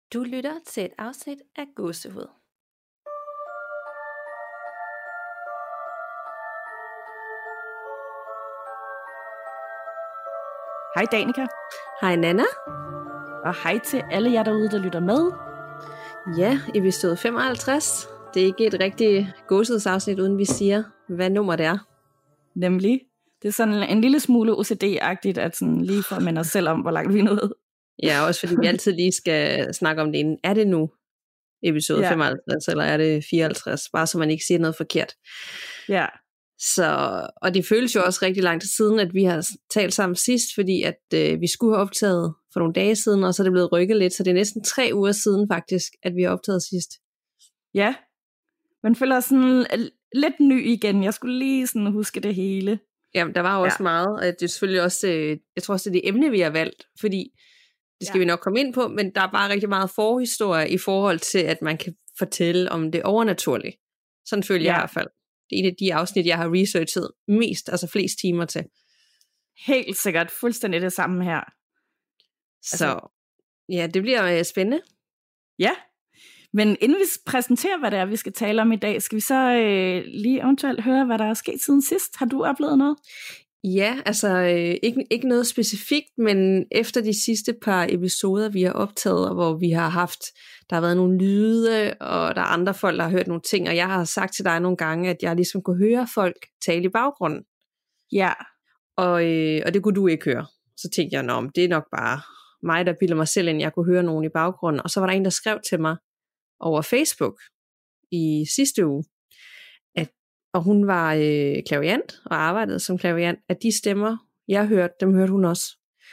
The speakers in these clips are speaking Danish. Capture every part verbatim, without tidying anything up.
Du lytter til et afsnit af Gåsehud. Hej Danika. Hej Nana. Og hej til alle jer derude, der lytter med. Ja, episode femoghalvtreds. Det er ikke et rigtigt gåsehudsafsnit, uden vi siger, hvad nummer det er. Nemlig. Det er sådan en lille smule O C D-agtigt, at sådan lige for at minde os selv om, hvor langt vi er nået. Ja, også fordi vi altid lige skal snakke om det inden. Er det nu episode ja. femoghalvtreds, eller er det fireoghalvtreds? Bare så man ikke siger noget forkert. Ja. Så, og det føles jo også rigtig lang tid siden, at vi har talt sammen sidst, fordi at øh, vi skulle have optaget for nogle dage siden, og så er det blevet rykket lidt, så det er næsten tre uger siden faktisk, at vi har optaget sidst. Ja, man føler sådan lidt ny igen. Jeg skulle lige sådan huske det hele. Jamen, der var jo også ja. meget, og det er selvfølgelig også, øh, jeg tror også, det er det emne, vi har valgt, fordi det skal ja. vi nok komme ind på, men der er bare rigtig meget forhistorie i forhold til, at man kan fortælle om det overnaturlige. Sådan føler ja. jeg i hvert fald. Det er en af de afsnit, jeg har researchet mest, altså flest timer til. Helt sikkert. Fuldstændig det samme her. Så altså, ja, det bliver spændende. Ja, men inden vi præsenterer, hvad det er, vi skal tale om i dag, skal vi så øh, lige eventuelt høre, hvad der er sket siden sidst. Har du oplevet noget? Ja, altså øh, ikke, ikke noget specifikt, men efter de sidste par episoder, vi har optaget, hvor vi har haft, der har været nogle lyde, og der er andre folk, der har hørt nogle ting, og jeg har sagt til dig nogle gange, at jeg ligesom kunne høre folk tale i baggrunden. Ja. Og, øh, og det kunne du ikke høre. Så tænkte jeg, nå, det er nok bare mig, der bilder mig selv ind, jeg kunne høre nogen i baggrunden. Og så var der en, der skrev til mig over Facebook i sidste uge, at, og hun var øh, clairvoyant og arbejdede som clairvoyant, at de stemmer, jeg hørte, dem hørte hun også.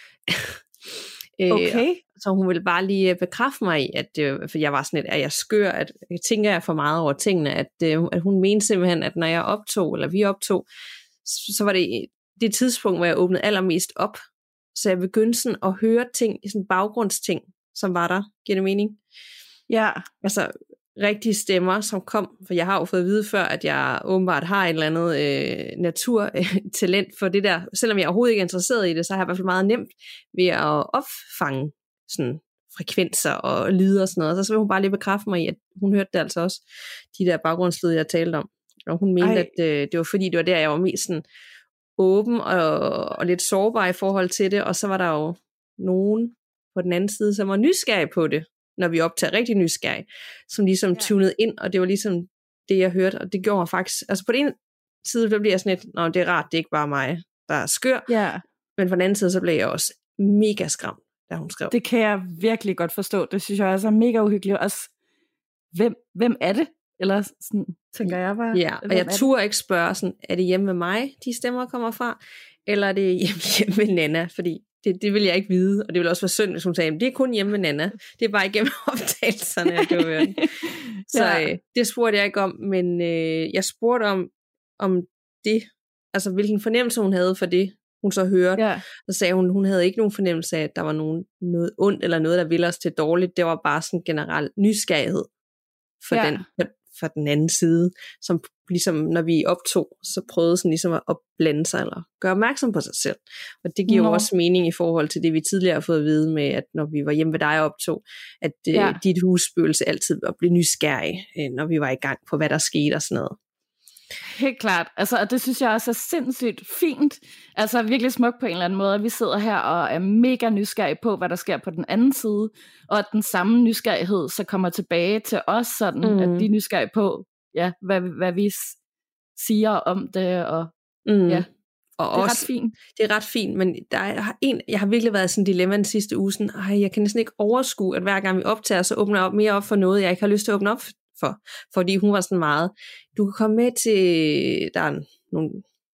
Okay. øh, så hun ville bare lige bekræfte mig i, at øh, for jeg var sådan lidt, at jeg skør, at jeg tænker jeg for meget over tingene, at, øh, at hun mente simpelthen, at når jeg optog, eller vi optog, så, så var det det tidspunkt, hvor jeg åbnede allermest op, så jeg begyndte sådan at høre ting, i sådan baggrundsting, som var der. Giver det mening? Ja. Altså rigtige stemmer, som kom, for jeg har jo fået at vide før, at jeg åbenbart har et eller andet øh, naturtalent for det der. Selvom jeg overhovedet ikke er interesseret i det, så har jeg i hvert fald meget nemt ved at opfange sådan frekvenser og lyde og sådan noget. Så vil hun bare lige bekræfte mig i, at hun hørte det altså også, de der baggrundslyde, jeg talte om. Og hun mente, Ej. at øh, det var fordi, det var der, jeg var mest sådan åben og, og lidt sårbar i forhold til det, og så var der jo nogen på den anden side, som var nysgerrig på det, når vi optager rigtig nysgerrig, som ligesom ja. tunede ind, og det var ligesom det, jeg hørte, og det gjorde mig faktisk, altså på den ene side, der bliver jeg sådan lidt, nå, det er rart, det er ikke bare mig, der er skør, ja. men på den anden side, så blev jeg også mega skræmt, da hun skrev. Det kan jeg virkelig godt forstå, det synes jeg også er mega uhyggeligt, også, hvem, hvem er det? Eller sådan, tænker jeg bare. Ja, og jeg turde ikke spørge, sådan, er det hjemme med mig, de stemmer kommer fra, eller er det hjemme, hjemme med Nana, fordi det, det vil jeg ikke vide, og det vil også være synd, hvis hun sagde, det er kun hjemme med Nana, det er bare igennem optagelserne, jeg kan høre. Så ja. øh, det spurgte jeg ikke om, men øh, jeg spurgte om, om det, altså hvilken fornemmelse hun havde for det, hun så hørte. Ja. Så sagde hun, hun havde ikke nogen fornemmelse af, at der var nogen, noget ondt, eller noget, der ville os til dårligt, det var bare sådan generel nysgerrighed for ja. den fra den anden side, som ligesom, når vi optog, så prøvede sådan ligesom at blande sig, eller gøre opmærksom på sig selv. Og det giver Nå. jo også mening i forhold til det, vi tidligere har fået at vide med, at når vi var hjemme ved dig og optog, at ja. øh, dit husspøgelse altid var blive nysgerrig, øh, når vi var i gang på, hvad der skete og sådan noget. Helt klart, altså, og det synes jeg også er sindssygt fint, altså virkelig smukt på en eller anden måde, at vi sidder her og er mega nysgerrige på, hvad der sker på den anden side, og at den samme nysgerrighed så kommer tilbage til os, sådan mm. at de er nysgerrige på, ja, hvad, hvad vi siger om det, og mm. ja, og det er også, ret fint. Det er ret fint, men der er en, jeg har virkelig været sådan en dilemma den sidste uge, sådan, ej, jeg kan næsten ikke overskue, at hver gang vi optager, så åbner jeg op mere op for noget, jeg ikke har lyst til at åbne op for, fordi hun var sådan meget, du kan komme med til, der er nogle,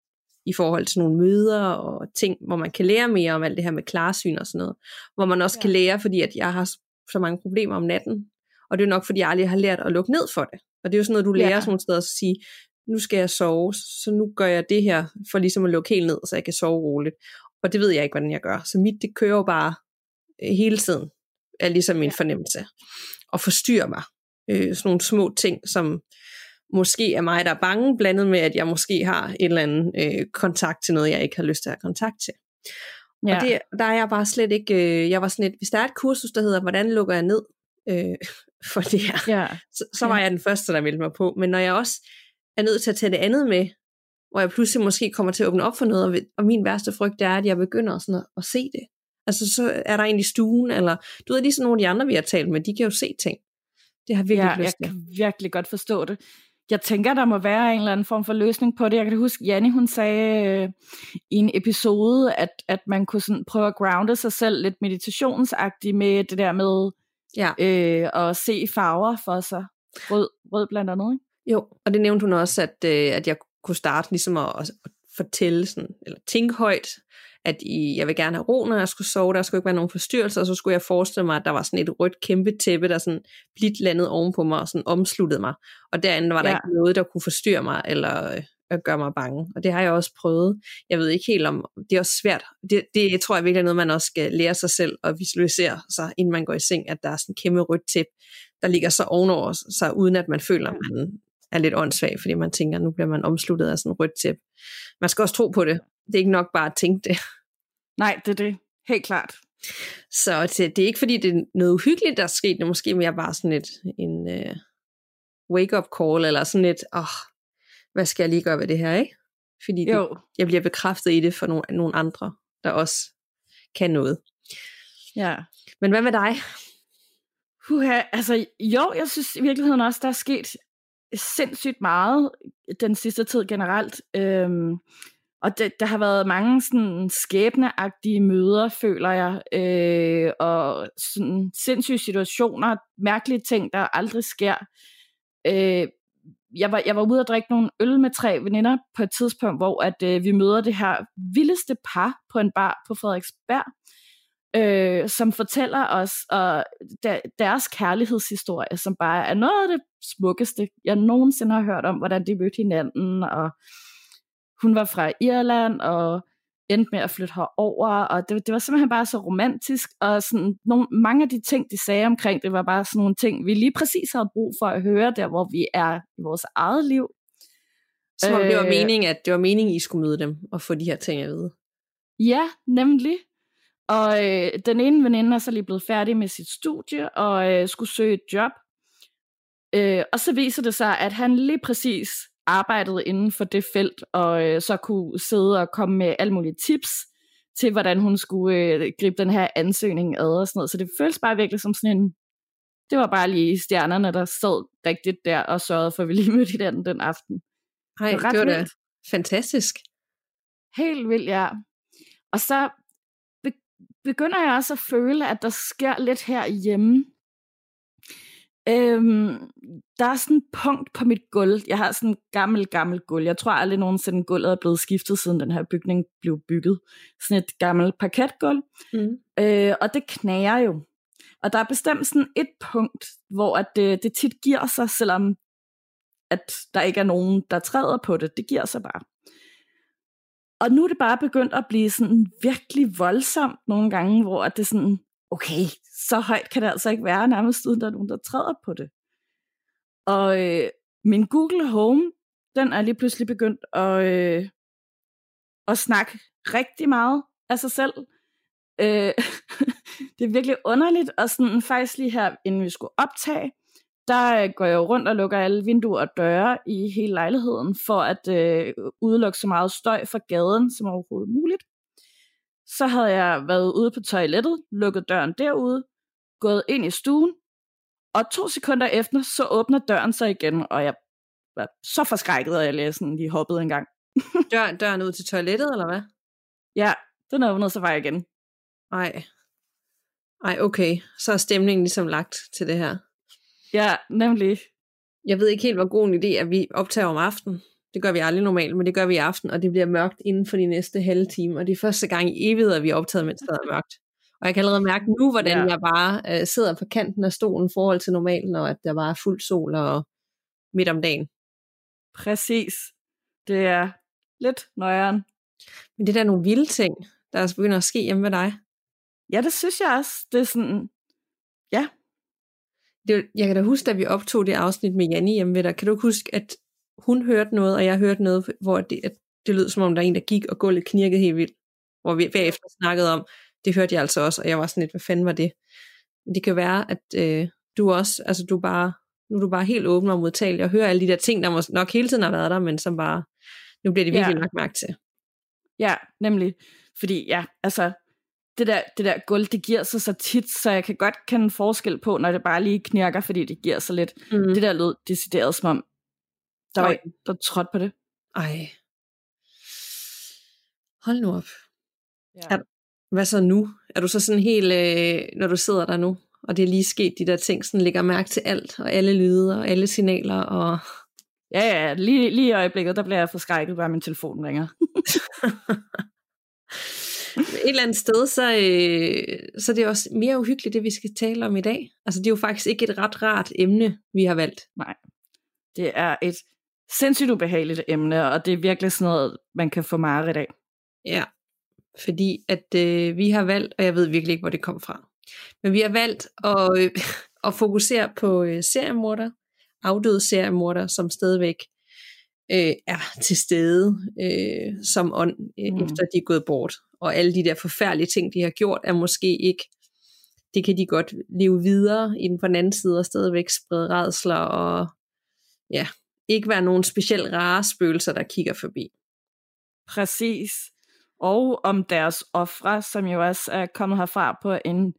i forhold til nogle møder og ting, hvor man kan lære mere om alt det her med klarsyn og sådan noget, hvor man også ja. kan lære, fordi at jeg har så mange problemer om natten, og det er nok fordi jeg aldrig har lært at lukke ned for det, og det er jo sådan noget, du lærer ja. sådan nogle steder at sige, nu skal jeg sove, så nu gør jeg det her, for ligesom at lukke helt ned, så jeg kan sove roligt, og det ved jeg ikke, hvordan jeg gør, så mit, det kører jo bare hele tiden, er ligesom min ja. fornemmelse, og forstyrrer mig, Øh, sådan nogle små ting, som måske er mig, der er bange, blandet med, at jeg måske har en eller anden øh, kontakt til noget, jeg ikke har lyst til at have kontakt til. Ja. Og det, der er jeg bare slet ikke, øh, jeg var sådan et, hvis der er et kursus, der hedder, hvordan lukker jeg ned øh, for det her. Ja. Så, så var jeg den første, der meldte mig på. Men når jeg også er nødt til at tage det andet med, hvor jeg pludselig måske kommer til at åbne op for noget, og, og min værste frygt er, at jeg begynder sådan at, at se det. Altså så er der en i stuen, eller du ved, ligesom nogle af de andre, vi har talt med, de kan jo se ting. Det har virkelig ja, lyst til. Jeg kan virkelig godt forstå det. Jeg tænker, der må være en eller anden form for løsning på det. Jeg kan huske, Janni, hun sagde øh, i en episode, at, at man kunne sådan prøve at grounde sig selv lidt meditationsagtigt med det der med ja. øh, at se farver for sig. Rød, rød blandt andet, ikke? Jo, og det nævnte hun også, at, øh, at jeg kunne starte ligesom at, at fortælle sådan, eller tænke højt, at I, jeg vil gerne have ro, når jeg skulle sove, der skulle ikke være nogen forstyrrelser, og så skulle jeg forestille mig, at der var sådan et rødt kæmpe tæppe, der sådan blidt landede ovenpå mig, og sådan omsluttede mig, og derinde var der ja. ikke noget, der kunne forstyrre mig, eller øh, gøre mig bange, og det har jeg også prøvet. Jeg ved ikke helt om, det er også svært, det, det jeg tror jeg virkelig er noget, man også skal lære sig selv, og visualisere sig, inden man går i seng, at der er sådan en kæmpe rødt tæppe, der ligger så ovenover sig, uden at man føler, at man er lidt åndssvag, fordi man tænker, nu bliver man omsluttet af sådan en rødt tæppe. Man skal også tro på det. Det er ikke nok bare at tænke det. Nej, det er det. Helt klart. Så det, det er ikke fordi, det er noget uhyggeligt, der er sket. Det er måske mere bare sådan et en uh, wake-up call, eller sådan et, åh, oh, hvad skal jeg lige gøre ved det her, ikke? Fordi det, jeg bliver bekræftet i det for nogle, nogle andre, der også kan noget. Ja. Men hvad med dig? Uha, altså jo, jeg synes i virkeligheden også, der er sket sindssygt meget den sidste tid generelt. Øhm, og det, der har været mange sådan skæbneagtige møder, føler jeg, øh, og sådan sindssyge situationer, mærkelige ting, der aldrig sker. Øh, jeg, var, jeg var ude at drikke nogle øl med tre veninder på et tidspunkt, hvor at, øh, vi møder det her vildeste par på en bar på Frederiksberg, Øh, som fortæller os og der, deres kærlighedshistorie, som bare er noget af det smukkeste, jeg nogensinde har hørt om, hvordan de mødte hinanden, og hun var fra Irland, og endte med at flytte herover, og det, det var simpelthen bare så romantisk, og sådan nogle, mange af de ting, de sagde omkring det, var bare sådan nogle ting, vi lige præcis havde brug for at høre, der hvor vi er i vores eget liv. Som om det var meningen, at det var meningen, I skulle møde dem, og få de her ting at vide. Ja, nemlig. Og øh, den ene veninde er så lige blevet færdig med sit studie, og øh, skulle søge et job. Øh, og så viser det sig, at han lige præcis arbejdede inden for det felt, og øh, så kunne sidde og komme med alle mulige tips til, hvordan hun skulle øh, gribe den her ansøgning ad og sådan noget. Så det føles bare virkelig som sådan en, det var bare lige stjernerne, der sad rigtigt der og sørgede for, at vi lige mødte hinanden den aften. Hej, det var, det var da fantastisk. Helt vildt, ja. Og så begynder jeg også at føle, at der sker lidt herhjemme. Øhm, der er sådan et punkt på mit gulv. Jeg har sådan en gammel, gammel gulv. Jeg tror aldrig nogensinde gulvet er blevet skiftet, siden den her bygning blev bygget. Sådan et gammelt parketgulv. Mm. Øh, og det knager jo. Og der er bestemt sådan et punkt, hvor at det, det tit giver sig, selvom at der ikke er nogen, der træder på det. Det giver sig bare. Og nu er det bare begyndt at blive sådan virkelig voldsomt nogle gange, hvor det er sådan, okay, så højt kan det altså ikke være, nærmest uden der er nogen, der træder på det. Og øh, min Google Home, den er lige pludselig begyndt at, øh, at snakke rigtig meget af sig selv. Øh, det er virkelig underligt, og sådan faktisk lige her, inden vi skulle optage, der går jeg rundt og lukker alle vinduer og døre i hele lejligheden, for at øh, udelukke så meget støj fra gaden som overhovedet muligt. Så havde jeg været ude på toilettet, lukket døren derude, gået ind i stuen, og to sekunder efter, så åbner døren sig igen, og jeg var så forskrækket, at jeg lige, sådan, lige hoppede en gang. Dør, døren ud til toilettet, eller hvad? Ja, den åbnede sig bare igen. Ej. Ej, okay. Så er stemningen ligesom lagt til det her. Ja, nemlig. Jeg ved ikke helt, hvor god en idé, at vi optager om aftenen. Det gør vi aldrig normalt, men det gør vi i aften, og det bliver mørkt inden for de næste halve time. Og det er første gang i evighed, at vi er optaget, mens det er mørkt. Og jeg kan allerede mærke nu, hvordan ja. jeg bare øh, sidder på kanten af stolen i forhold til normalen, og at der bare er fuld sol og midt om dagen. Præcis. Det er lidt nøjeren. Men det er da nogle vilde ting, der er begyndt at ske hjemme med dig. Ja, det synes jeg også. Det er sådan, ja. Det, jeg kan da huske, da vi optog det afsnit med Janni hjemme ved dig, kan du huske, at hun hørte noget, og jeg hørte noget, hvor det, at det lød som om, der er en, der gik, og gulvet knirkede helt vildt. Hvor vi bagefter snakkede om, det hørte jeg altså også, og jeg var sådan lidt, hvad fanden var det? Men det kan være, at øh, du også, altså du er bare, nu er du bare helt åben og modtagelig, og hører alle de der ting, der måske nok hele tiden har været der, men som bare, nu bliver det virkelig Ja. lagt mærke til. Ja, nemlig. Fordi ja, altså, det der, det der gulv, det giver sig så tit, så jeg kan godt kende forskel på, når det bare lige knirker, fordi det giver sig lidt. Mm. Det der lød decideret som om, der var Oj. en, der trådte på det. Ej. Hold nu op. Ja. Er, hvad så nu? Er du så sådan helt, øh, når du sidder der nu, og det er lige sket de der ting, sådan lægger mærke til alt, og alle lyde, og alle signaler, og... Ja, ja, lige, lige i øjeblikket, der bliver jeg forskrækket, bare min telefon ringer. Et eller andet sted, så, øh, så er det også mere uhyggeligt, det vi skal tale om i dag. Altså, det er jo faktisk ikke et ret rart emne, vi har valgt. Nej, det er et sindssygt ubehageligt emne, og det er virkelig sådan noget, man kan få mareridt af. Ja, fordi at øh, vi har valgt, og jeg ved virkelig ikke, hvor det kom fra, men vi har valgt at, øh, at fokusere på øh, seriemorder, afdøde seriemorder, som stadigvæk øh, er til stede øh, som ånd, øh, mm. efter de er gået bort. Og alle de der forfærdelige ting, de har gjort, er måske ikke, det kan de godt leve videre i den på den anden side, og stadigvæk sprede rædsler, og ja, ikke være nogen specielt rare spøgelser, der kigger forbi. Præcis. Og om deres ofre, som jo også er kommet herfra på en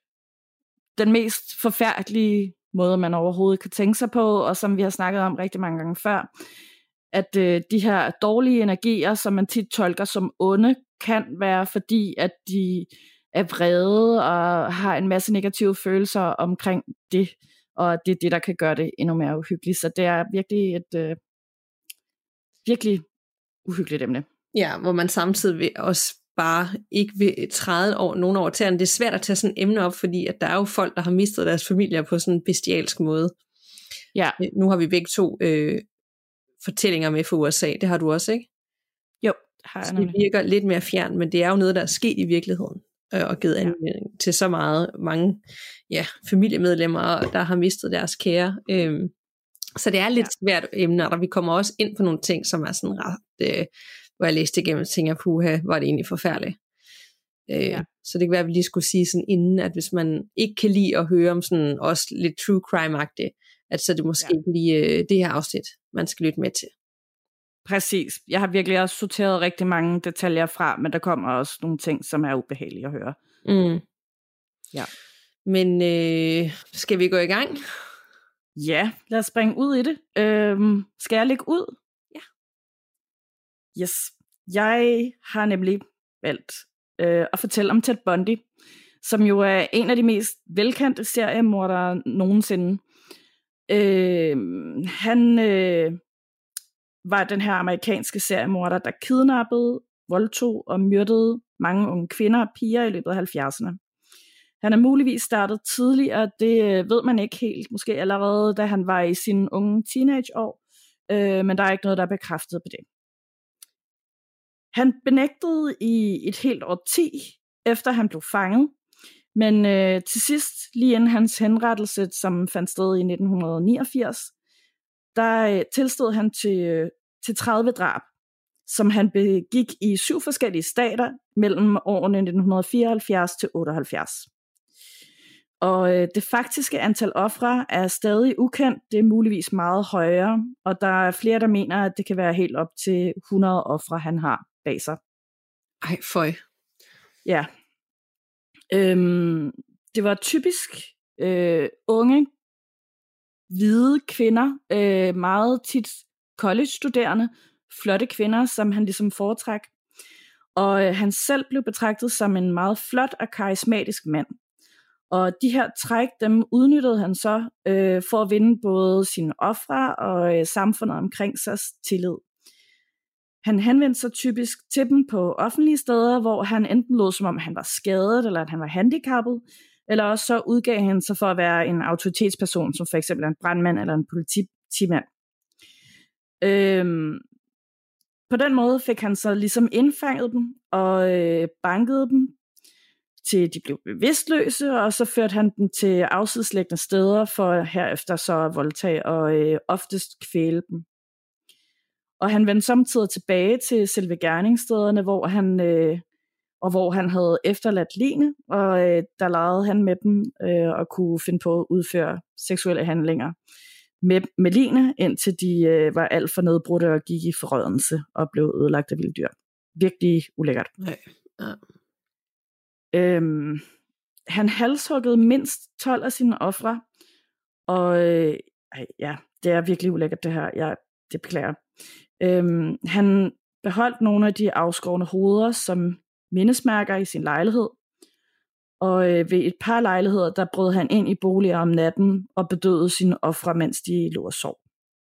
den mest forfærdelige måde, man overhovedet kan tænke sig på, og som vi har snakket om rigtig mange gange før, at øh, de her dårlige energier, som man tit tolker som onde, kan være fordi, at de er vrede og har en masse negative følelser omkring det, og det er det, der kan gøre det endnu mere uhyggeligt. Så det er virkelig et øh, virkelig uhyggeligt emne. Ja, hvor man samtidig vil også bare ikke vil træde over, nogen over tæerne. Det er svært at tage sådan et emne op, fordi at der er jo folk, der har mistet deres familier på sådan en bestialsk måde. Ja. Nu har vi begge to øh, fortællinger med fra U S A. Det har du også, ikke? Jo, har jeg. Så det virker lidt mere fjern, men det er jo noget, der er sket i virkeligheden, øh, og givet anledning ja. til så meget mange ja, familiemedlemmer, der har mistet deres kære. Øh, så det er lidt ja. svært emne, og vi kommer også ind på nogle ting, som er sådan ret, øh, hvor jeg læste igennem og tænker, puha, var det egentlig forfærdeligt. Øh, ja. Så det kan være, at vi lige skulle sige sådan inden, at hvis man ikke kan lide at høre om sådan også lidt true crime-agtigt, at så er det måske ja. lige øh, det her afsnit, man skal lytte med til. Præcis. Jeg har virkelig også sorteret rigtig mange detaljer fra, men der kommer også nogle ting, som er ubehagelige at høre. Mm. Ja. Men øh, skal vi gå i gang? Ja, lad os springe ud i det. Øhm, skal jeg lægge ud? Ja. Yes. Jeg har nemlig valgt øh, at fortælle om Ted Bundy, som jo er en af de mest velkendte seriemordere nogensinde. Øh, han øh, var den her amerikanske seriemorder, der kidnappede, voldtog og myrdede mange unge kvinder og piger i løbet af halvfjerdserne. Han er muligvis startet tidligere, det ved man ikke helt, måske allerede da han var i sine unge teenageår, øh, men der er ikke noget, der er bekræftet på det. Han benægtede i et helt årti, efter han blev fanget, men øh, til sidst, lige inden hans henrettelse, som fandt sted i nitten niogfirs, der øh, tilstod han til, øh, til tredive drab, som han begik i syv forskellige stater mellem årene nitten fireoghalvfjerds til otteoghalvfjerds. Og øh, det faktiske antal ofre er stadig ukendt, det er muligvis meget højere, og der er flere, der mener, at det kan være helt op til hundrede ofre, han har bag sig. Ej, føj. Ja. Øhm, det var typisk øh, unge, hvide kvinder, øh, meget tit college-studerende, flotte kvinder, som han ligesom foretræk. Og øh, han selv blev betragtet som en meget flot og karismatisk mand. Og de her træk, dem udnyttede han så øh, for at vinde både sine ofre og øh, samfundet omkring sig tillid. Han henvendte sig typisk til dem på offentlige steder, hvor han enten lod som om han var skadet, eller at han var handicappet, eller også så udgav han sig for at være en autoritetsperson, som for eksempel en brandmand eller en politimand. Øhm, på den måde fik han så ligesom indfanget dem og øh, bankede dem, til de blev bevidstløse, og så førte han dem til afsidesliggende steder, for herefter så at voldtage og øh, oftest kvæle dem. Og han vendte samtidig tilbage til selve gerningsstederne, hvor han øh, og hvor han havde efterladt ligene, og øh, der legede han med dem øh, og kunne finde på at udføre seksuelle handlinger med, med ligene, indtil de øh, var alt for nedbrudte og gik i forrådnelse og blev ødelagt af vilde dyr. Virkelig ulækkert. Nej. Ja. Øhm, han halshuggede mindst tolv af sine ofre, og øh, ja, det er virkelig ulækkert det her. Jeg, det beklager. Øhm, han beholdt nogle af de afskårne hoveder som mindesmærker i sin lejlighed, og øh, ved et par lejligheder, der brød han ind i boliger om natten og bedøvede sine ofre, mens de lå og sov.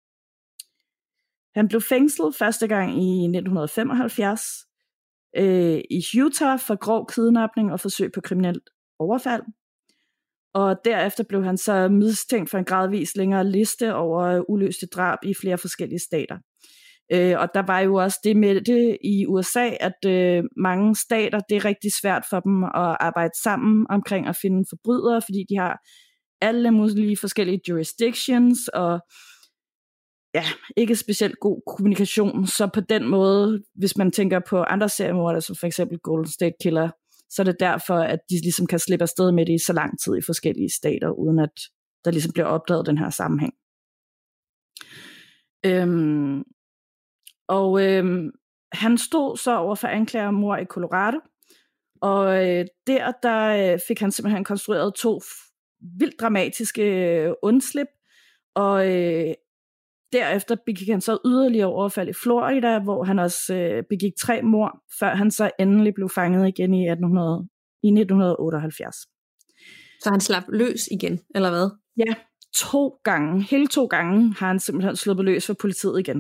Han blev fængslet første gang i nitten femoghalvfjerds øh, i Utah for grov kidnapning og forsøg på kriminelt overfald. Og derefter blev han så mistænkt for en gradvis længere liste over uløste drab i flere forskellige stater. Øh, og der var jo også det med det i U S A, at øh, mange stater, det er rigtig svært for dem at arbejde sammen omkring at finde forbrydere, fordi de har alle mulige forskellige jurisdictions, og ja, ikke specielt god kommunikation. Så på den måde, hvis man tænker på andre seriemordere, som for eksempel Golden State Killer, så er det derfor, at de ligesom kan slippe afsted med det i så lang tid i forskellige stater, uden at der ligesom bliver opdaget den her sammenhæng. Øhm, og øhm, han stod så over for anklager om mord i Colorado, og øh, der, der øh, fik han simpelthen konstrueret to vildt dramatiske øh, undslip, og øh, derefter begik han så yderligere overfald i Florida, hvor han også øh, begik tre mord, før han så endelig blev fanget igen i, atten hundrede, i nitten otteoghalvfjerds. Så han slap løs igen, eller hvad? Ja, to gange. Hele to gange har han simpelthen sluppet løs for politiet igen.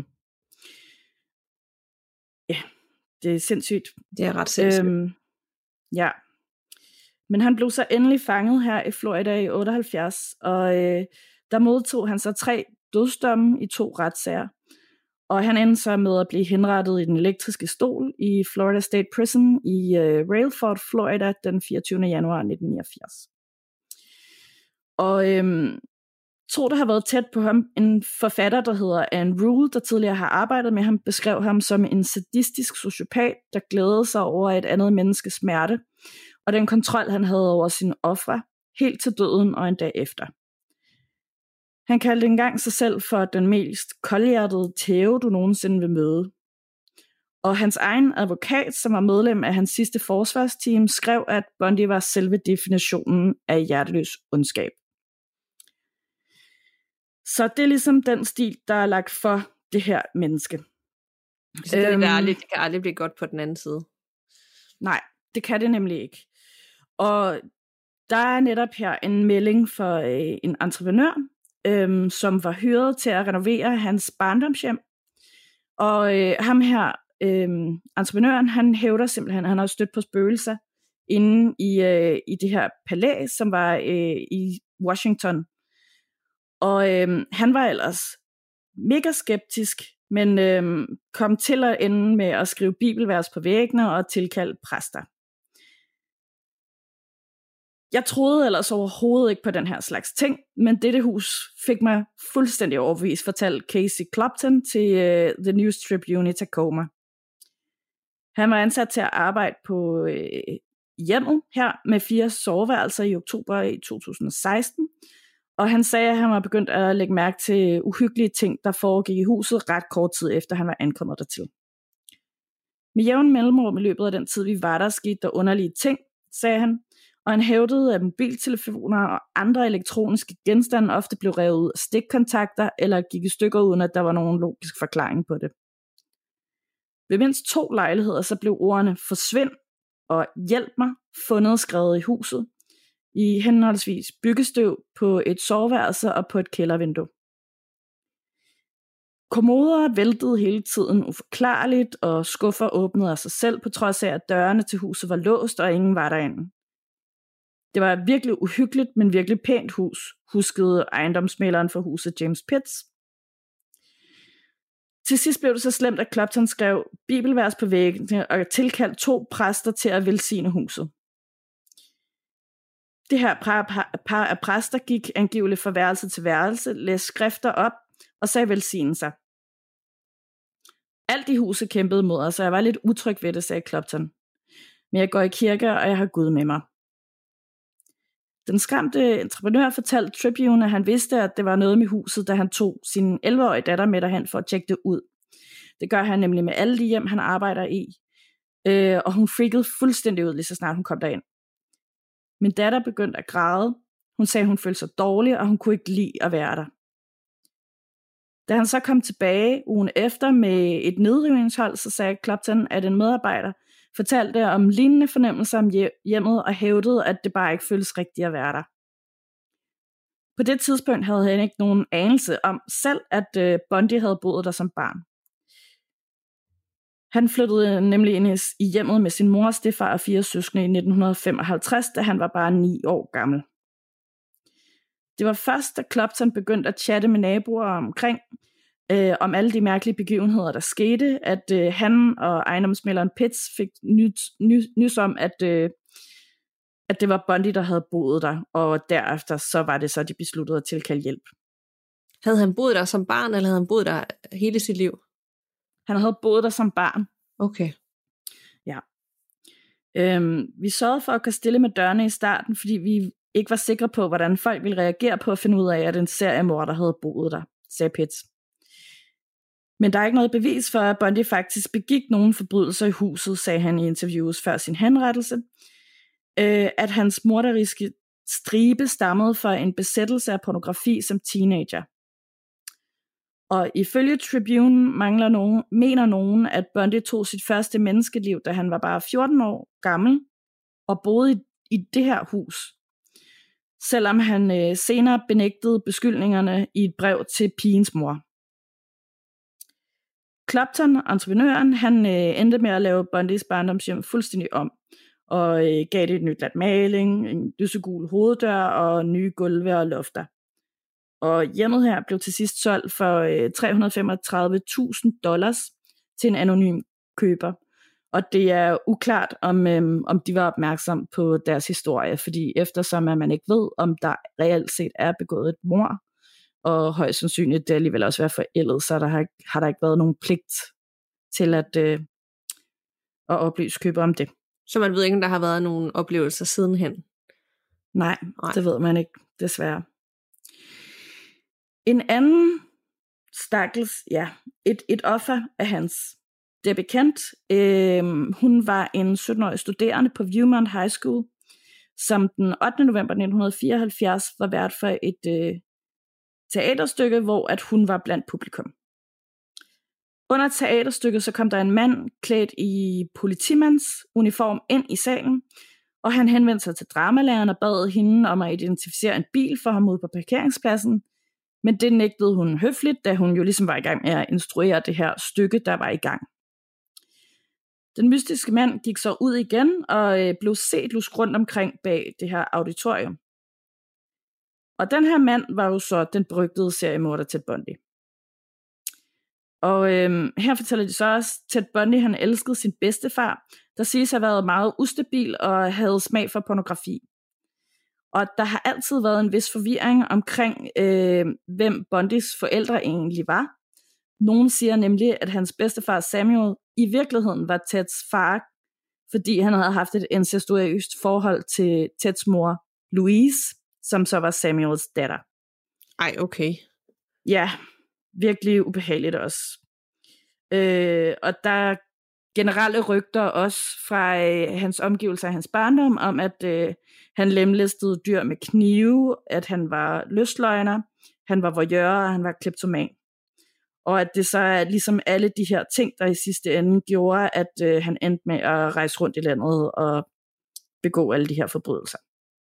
Ja, det er sindssygt. Det er ret sindssygt. Øhm, ja. Men han blev så endelig fanget her i Florida i otteoghalvfjerds, og øh, der modtog han så tre dødsdomme i to retssager. Og han endte så med at blive henrettet i den elektriske stol i Florida State Prison i uh, Railford, Florida, den fireogtyvende januar nitten niogfirs. Og øhm, tro, der har været tæt på ham, en forfatter, der hedder Anne Rule, der tidligere har arbejdet med ham, beskrev ham som en sadistisk sociopat, der glædede sig over et andet menneskes smerte, og den kontrol, han havde over sine ofre, helt til døden og en dag efter. Han kaldte engang sig selv for den mest koldhjertede tæve, du nogensinde vil møde. Og hans egen advokat, som var medlem af hans sidste forsvarsteam, skrev, at Bundy var selve definitionen af hjerteløs ondskab. Så det er ligesom den stil, der er lagt for det her menneske. Så det, øhm, det, aldrig, det kan aldrig blive godt på den anden side. Nej, det kan det nemlig ikke. Og der er netop her en melding for øh, en entreprenør, Øhm, som var hyret til at renovere hans barndomshjem. Og øh, ham her, øh, entreprenøren, han hævder simpelthen, at han har stødt på spøgelser inde i, øh, i det her palæ, som var øh, i Washington. Og øh, han var ellers mega skeptisk, men øh, kom til at ende med at skrive bibelvers på væggene og tilkalde præster. Jeg troede ellers overhovedet ikke på den her slags ting, men dette hus fik mig fuldstændig overbevist, fortalte Casey Clopton til uh, The News Tribune i Tacoma. Han var ansat til at arbejde på uh, hjemmet her med fire soveværelser i oktober i to tusind og seksten, og han sagde, at han var begyndt at lægge mærke til uhyggelige ting, der foregik i huset ret kort tid efter, han var ankommet dertil. Med jævn mellemrum i løbet af den tid, vi var der, skete der underlige ting, sagde han, og han hævdede, at mobiltelefoner og andre elektroniske genstande ofte blev revet ud af stikkontakter eller gik i stykker, uden at der var nogen logisk forklaring på det. Ved mindst to lejligheder så blev ordene forsvind og hjælp mig fundet skrevet i huset, i henholdsvis byggestøv på et soveværelse og på et kældervindue. Kommoder væltede hele tiden uforklarligt, og skuffer åbnede af sig selv, på trods af, at dørene til huset var låst, og ingen var derinde. Det var et virkelig uhyggeligt, men virkelig pænt hus, huskede ejendomsmæleren for huset James Pitts. Til sidst blev det så slemt, at Clopton skrev bibelvers på væggene og tilkaldte to præster til at velsigne huset. Det her par, par af præster gik angiveligt fra værelse til værelse, læste skrifter op og sagde velsignelser. Alt i huset kæmpede mod os, så jeg var lidt utryg ved det, sagde Clopton. men jeg går i kirke, og jeg har Gud med mig. Den skræmte entreprenør fortalte Tribune, at han vidste, at det var noget med huset, da han tog sin elleve-årige datter med derhen for at tjekke det ud. Det gør han nemlig med alle de hjem, han arbejder i. Øh, og hun freakede fuldstændig ud, lige så snart hun kom derind. Min datter begyndte at græde. Hun sagde, at hun følte sig dårlig, og hun kunne ikke lide at være der. Da han så kom tilbage ugen efter med et nedrivningshold, så sagde Clopton, at en medarbejder fortalte om lignende fornemmelser om hjemmet og hævdede, at det bare ikke føles rigtigt at være der. På det tidspunkt havde han ikke nogen anelse om selv, at Bundy havde boet der som barn. Han flyttede nemlig ind i hjemmet med sin mor, stedfar og fire søskende i nitten femoghalvtreds, da han var bare ni år gammel. Det var først, da Clopton begyndte at chatte med naboer omkring, øh, om alle de mærkelige begivenheder, der skete, at øh, han og ejendomsmægleren Pitts fik nyt, ny, nys om, at, øh, at det var Bundy, der havde boet der, og derefter så var det så, de besluttede at tilkalde hjælp. Havde han boet der som barn, eller havde han boet der hele sit liv? Han havde boet der som barn. Okay. Ja. Øhm, vi sørgede for at gå stille med dørene i starten, fordi vi ikke var sikre på, hvordan folk ville reagere på at finde ud af, at en seriemorder havde boet der, sagde Pitts. Men der er ikke noget bevis for, at Bundy faktisk begik nogen forbrydelser i huset, sagde han i interviews før sin henrettelse. Øh, at hans morderiske stribe stammede fra en besættelse af pornografi som teenager. Og ifølge Tribune mangler nogen, mener nogen, at Bundy tog sit første menneskeliv, da han var bare fjorten år gammel, og boede i, i det her hus. Selvom han øh, senere benægtede beskyldningerne i et brev til pigens mor. Clopton, entreprenøren, han øh, endte med at lave Bundys barndomshjem fuldstændig om, og øh, gav det et nyt lat maling, en lysegul hoveddør og nye gulve og lofter. Og hjemmet her blev til sidst solgt for øh, tre hundrede og femogtredive tusind dollars til en anonym køber. Og det er uklart, om, øhm, om de var opmærksom på deres historie, fordi eftersom at man ikke ved, om der reelt set er begået et mord, og højst sandsynligt det alligevel også være forældet, så der har, har der ikke været nogen pligt til at, øh, at oplyse køber om det. Så man ved ikke, om der har været nogle oplevelser sidenhen? Nej, Nej, det ved man ikke, desværre. En anden stakkels, ja, et, et offer af hans, det er bekendt. Øh, hun var en sytten-årig studerende på Viewmont High School, som den ottende november nitten fireoghalvfjerds var vært for et øh, teaterstykke, hvor at hun var blandt publikum. Under teaterstykket så kom der en mand klædt i politimands uniform ind i salen, og han henvendte sig til dramalæreren og bad hende om at identificere en bil for ham ude på parkeringspladsen, men det nægtede hun høfligt, da hun jo ligesom var i gang med at instruere det her stykke, der var i gang. Den mystiske mand gik så ud igen og blev set lusk rundt omkring bag det her auditorium. Og den her mand var jo så den berygtede seriemorder Ted Bundy. Og øhm, her fortæller de så også, at Ted Bundy han elskede sin bedstefar, der siges at have været meget ustabil og havde smag for pornografi. Og der har altid været en vis forvirring omkring, øh, hvem Bundys forældre egentlig var. Nogen siger nemlig, at hans bedstefar Samuel i virkeligheden var Teds far, fordi han havde haft et incestuøst forhold til Teds mor Louise, som så var Samuels datter. Ej, okay. Ja, virkelig ubehageligt også. Øh, og der er generelle rygter også fra øh, hans omgivelser af hans barndom, om at øh, han lemlæstede dyr med knive, at han var lystløgner, han var voyeur, og han var kleptoman. Og at det så er ligesom alle de her ting, der i sidste ende gjorde, at øh, han endte med at rejse rundt i landet og begå alle de her forbrydelser.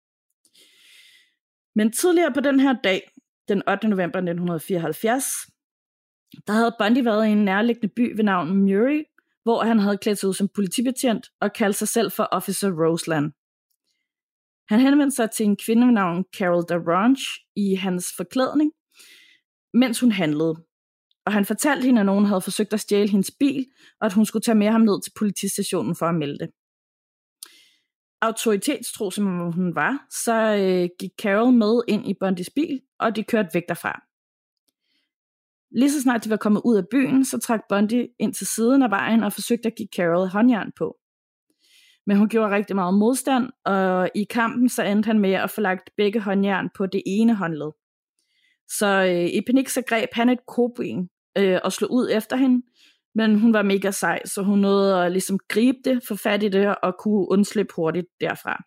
Men tidligere på den her dag, den ottende november nitten fireoghalvfjerds, der havde Bundy været i en nærliggende by ved navn Murray, hvor han havde klædt sig ud som politibetjent og kaldte sig selv for Officer Roseland. Han henvendte sig til en kvinde ved navn Carol DaRonch i hans forklædning, mens hun handlede. Og han fortalte hende, at nogen havde forsøgt at stjæle hendes bil, og at hun skulle tage med ham ned til politistationen for at melde det. Autoritetstro, som hun var, så øh, gik Carol med ind i Bundys bil, og de kørte væk derfra. Lige så snart de var kommet ud af byen, så trak Bundy ind til siden af vejen og forsøgte at give Carol håndjern på. Men hun gjorde rigtig meget modstand, og i kampen så endte han med at få lagt begge håndjern på det ene håndled. Så øh, i panik så greb han et koben øh, og slog ud efter hende, men hun var mega sej, så hun nåede at ligesom gribe det, få fat i det og kunne undslippe hurtigt derfra.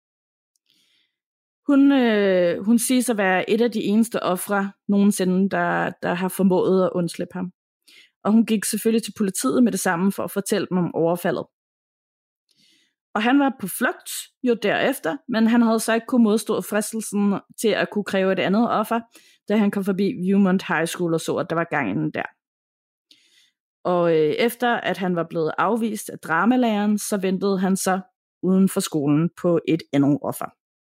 Hun, øh, hun siges at være et af de eneste ofre nogensinde, der, der har formået at undslippe ham. Og hun gik selvfølgelig til politiet med det samme for at fortælle dem om overfaldet. Og han var på flugt jo derefter, men han havde så ikke kunnet modstå fristelsen til at kunne kræve et andet offer, da han kom forbi Viewmont High School og så, at der var gang inden der. Og øh, efter at han var blevet afvist af dramalæreren, så ventede han så uden for skolen på et andet offer.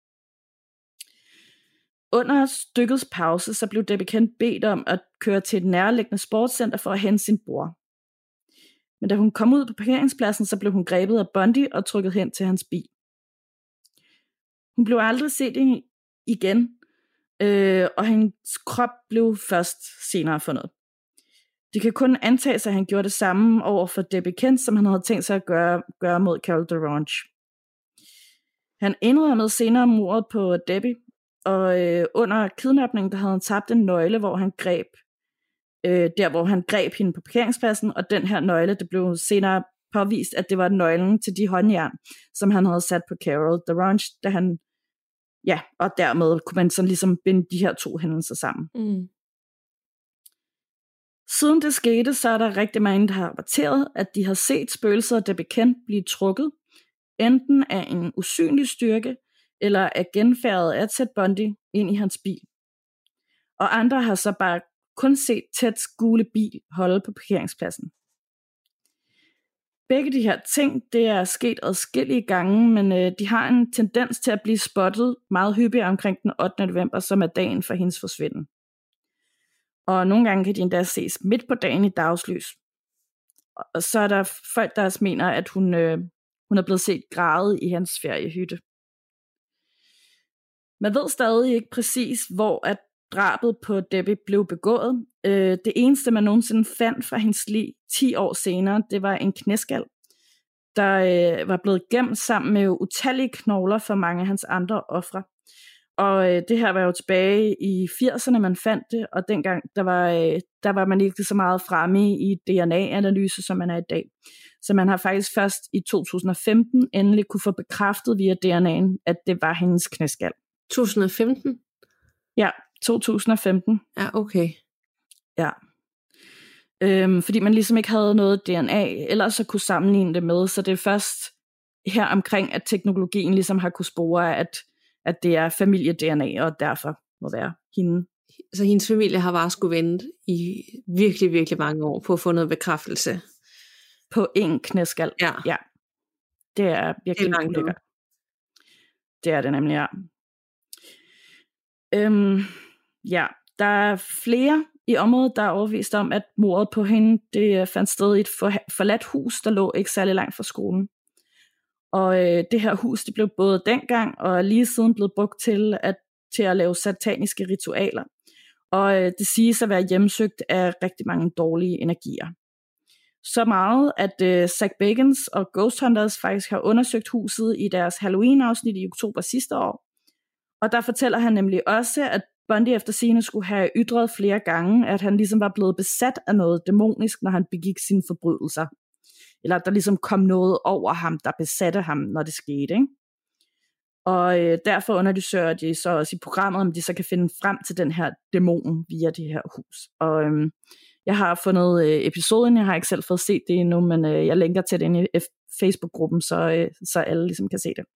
Under stykkets pause, så blev Debbie Kent bedt om at køre til et nærliggende sportscenter for at hente sin bror. Men da hun kom ud på parkeringspladsen, så blev hun grebet af Bundy og trykket hen til hans bil. Hun blev aldrig set igen, øh, og hans krop blev først senere fundet. Det kan kun antages, at han gjorde det samme over for Debbie Kent, som han havde tænkt sig at gøre, gøre mod Carol DaRonch. Han indrømmede senere mordet på Debbie, og øh, under kidnapningen, der havde han tabt en nøgle, hvor han greb, øh, der hvor han greb hende på parkeringspladsen, og den her nøgle, det blev senere påvist, at det var nøglen til de håndjern, som han havde sat på Carol DaRonch, da han, ja, og dermed kunne man sådan ligesom binde de her to hændelser sammen. Mm. Siden det skete, så er der rigtig mange, der har rapporteret, at de har set spøgelser af Debbie Kent blive trukket, enten af en usynlig styrke, eller af genfærdet af Ted Bundy ind i hans bil. Og andre har så bare kun set Teds gule bil holde på parkeringspladsen. Begge de her ting, det er sket adskillige gange, men øh, de har en tendens til at blive spottet meget hyppigere omkring den ottende november, som er dagen for hendes forsvinden. Og nogle gange kan de endda ses midt på dagen i dagslys. Og så er der folk, der også mener, at hun, øh, hun er blevet set græde i hans feriehytte. Man ved stadig ikke præcis, hvor at drabet på Debbie blev begået. Øh, det eneste, man nogensinde fandt fra hendes lig ti år senere, det var en knæskal, der øh, var blevet gemt sammen med utallige knogler for mange af hans andre ofre. Og øh, det her var jo tilbage i firserne, man fandt det, og dengang der var, øh, der var man ikke så meget fremme i D N A-analyse, som man er i dag. Så man har faktisk først i to tusind og femten endelig kunne få bekræftet via D N A'en, at det var hendes knæskal. to tusind og femten? Ja, to tusind og femten. Ja, okay. Ja. Øhm, fordi man ligesom ikke havde noget D N A, ellers så kunne sammenligne det med, så det er først her omkring, at teknologien ligesom har kunne spore, at, at det er familie-D N A, og derfor må være hende. Så hendes familie har bare skulle vente i virkelig, virkelig mange år på at få noget bekræftelse. På en knæskal. Ja. Ja. Det er virkelig det er ulækkert. Det er det nemlig, ja. Øhm, ja, der er flere i området, der er overbevist om, at mordet på hende, det fandt sted i et for, forladt hus, der lå ikke særlig langt fra skolen. Og øh, det her hus, det blev både dengang og lige siden blevet brugt til at, til at lave sataniske ritualer. Og øh, det siges at være hjemsøgt af rigtig mange dårlige energier. Så meget, at øh, Zak Bagans og Ghost Hunters faktisk har undersøgt huset i deres Halloween-afsnit i oktober sidste år. Og der fortæller han nemlig også, at Bundy efter sigende skulle have ytret flere gange, at han ligesom var blevet besat af noget dæmonisk, når han begik sine forbrydelser. Eller at der ligesom kom noget over ham, der besatte ham, når det skete. Ikke? Og øh, derfor undersøger de så også i programmet, om de så kan finde frem til den her dæmon via det her hus. Og øh, jeg har fundet øh, episoden, jeg har ikke selv fået set det endnu, men øh, jeg linker til det inde i F- Facebook-gruppen, så, øh, så alle ligesom kan se det.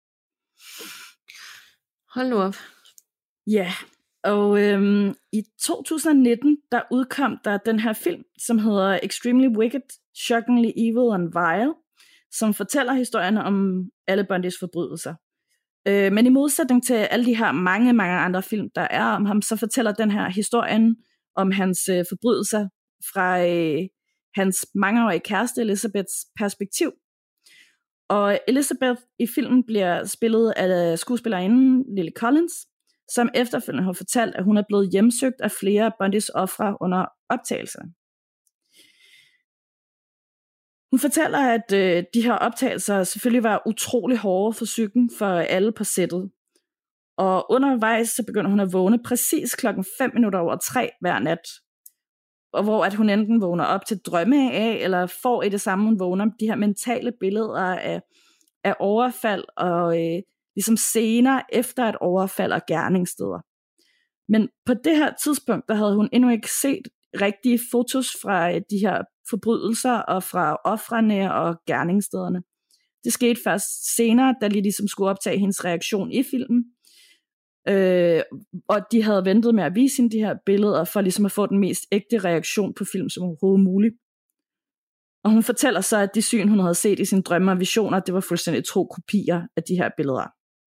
Hold nu op. Ja, og øhm, i to tusind og nitten, der udkom der den her film, som hedder Extremely Wicked, Shockingly Evil and Vile, som fortæller historien om alle Bundys forbrydelser. Øh, men i modsætning til alle de her mange, mange andre film, der er om ham, så fortæller den her historien om hans øh, forbrydelser fra øh, hans mangeårige kæreste Elizabeths perspektiv. Og Elizabeth i filmen bliver spillet af skuespillerinden Lily Collins, som efterfølgende har fortalt, at hun er blevet hjemsøgt af flere af Bundys ofre under optagelserne. Hun fortæller, at øh, de her optagelser selvfølgelig var utrolig hårde for psyken for alle på sættet. Og undervejs så begynder hun at vågne præcis klokken fem minutter over tre hver nat. Og hvor at hun enten vågner op til drømme af, eller får i det samme, hun vågner de her mentale billeder af, af overfald og øh, ligesom scener efter et overfald og gerningssteder. Men på det her tidspunkt, der havde hun endnu ikke set rigtige fotos fra øh, de her forbrydelser og fra ofrene og gerningsstederne. Det skete først senere, da de ligesom skulle optage hendes reaktion i filmen. Øh, og de havde ventet med at vise hende de her billeder, for ligesom at få den mest ægte reaktion på film som overhovedet muligt. Og hun fortæller så, at de syn, hun havde set i sine drømme og visioner, det var fuldstændig tro kopier af de her billeder.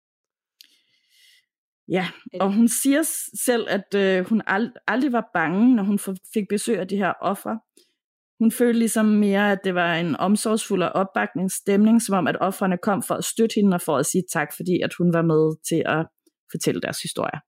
Ja, og hun siger selv, at øh, hun ald- aldrig var bange, når hun fik besøg af de her ofre. Hun følte ligesom mere, at det var en omsorgsfuld og opbakningsstemning, som om at ofrene kom for at støtte hende og for at sige tak, fordi at hun var med til at fortælle deres historie.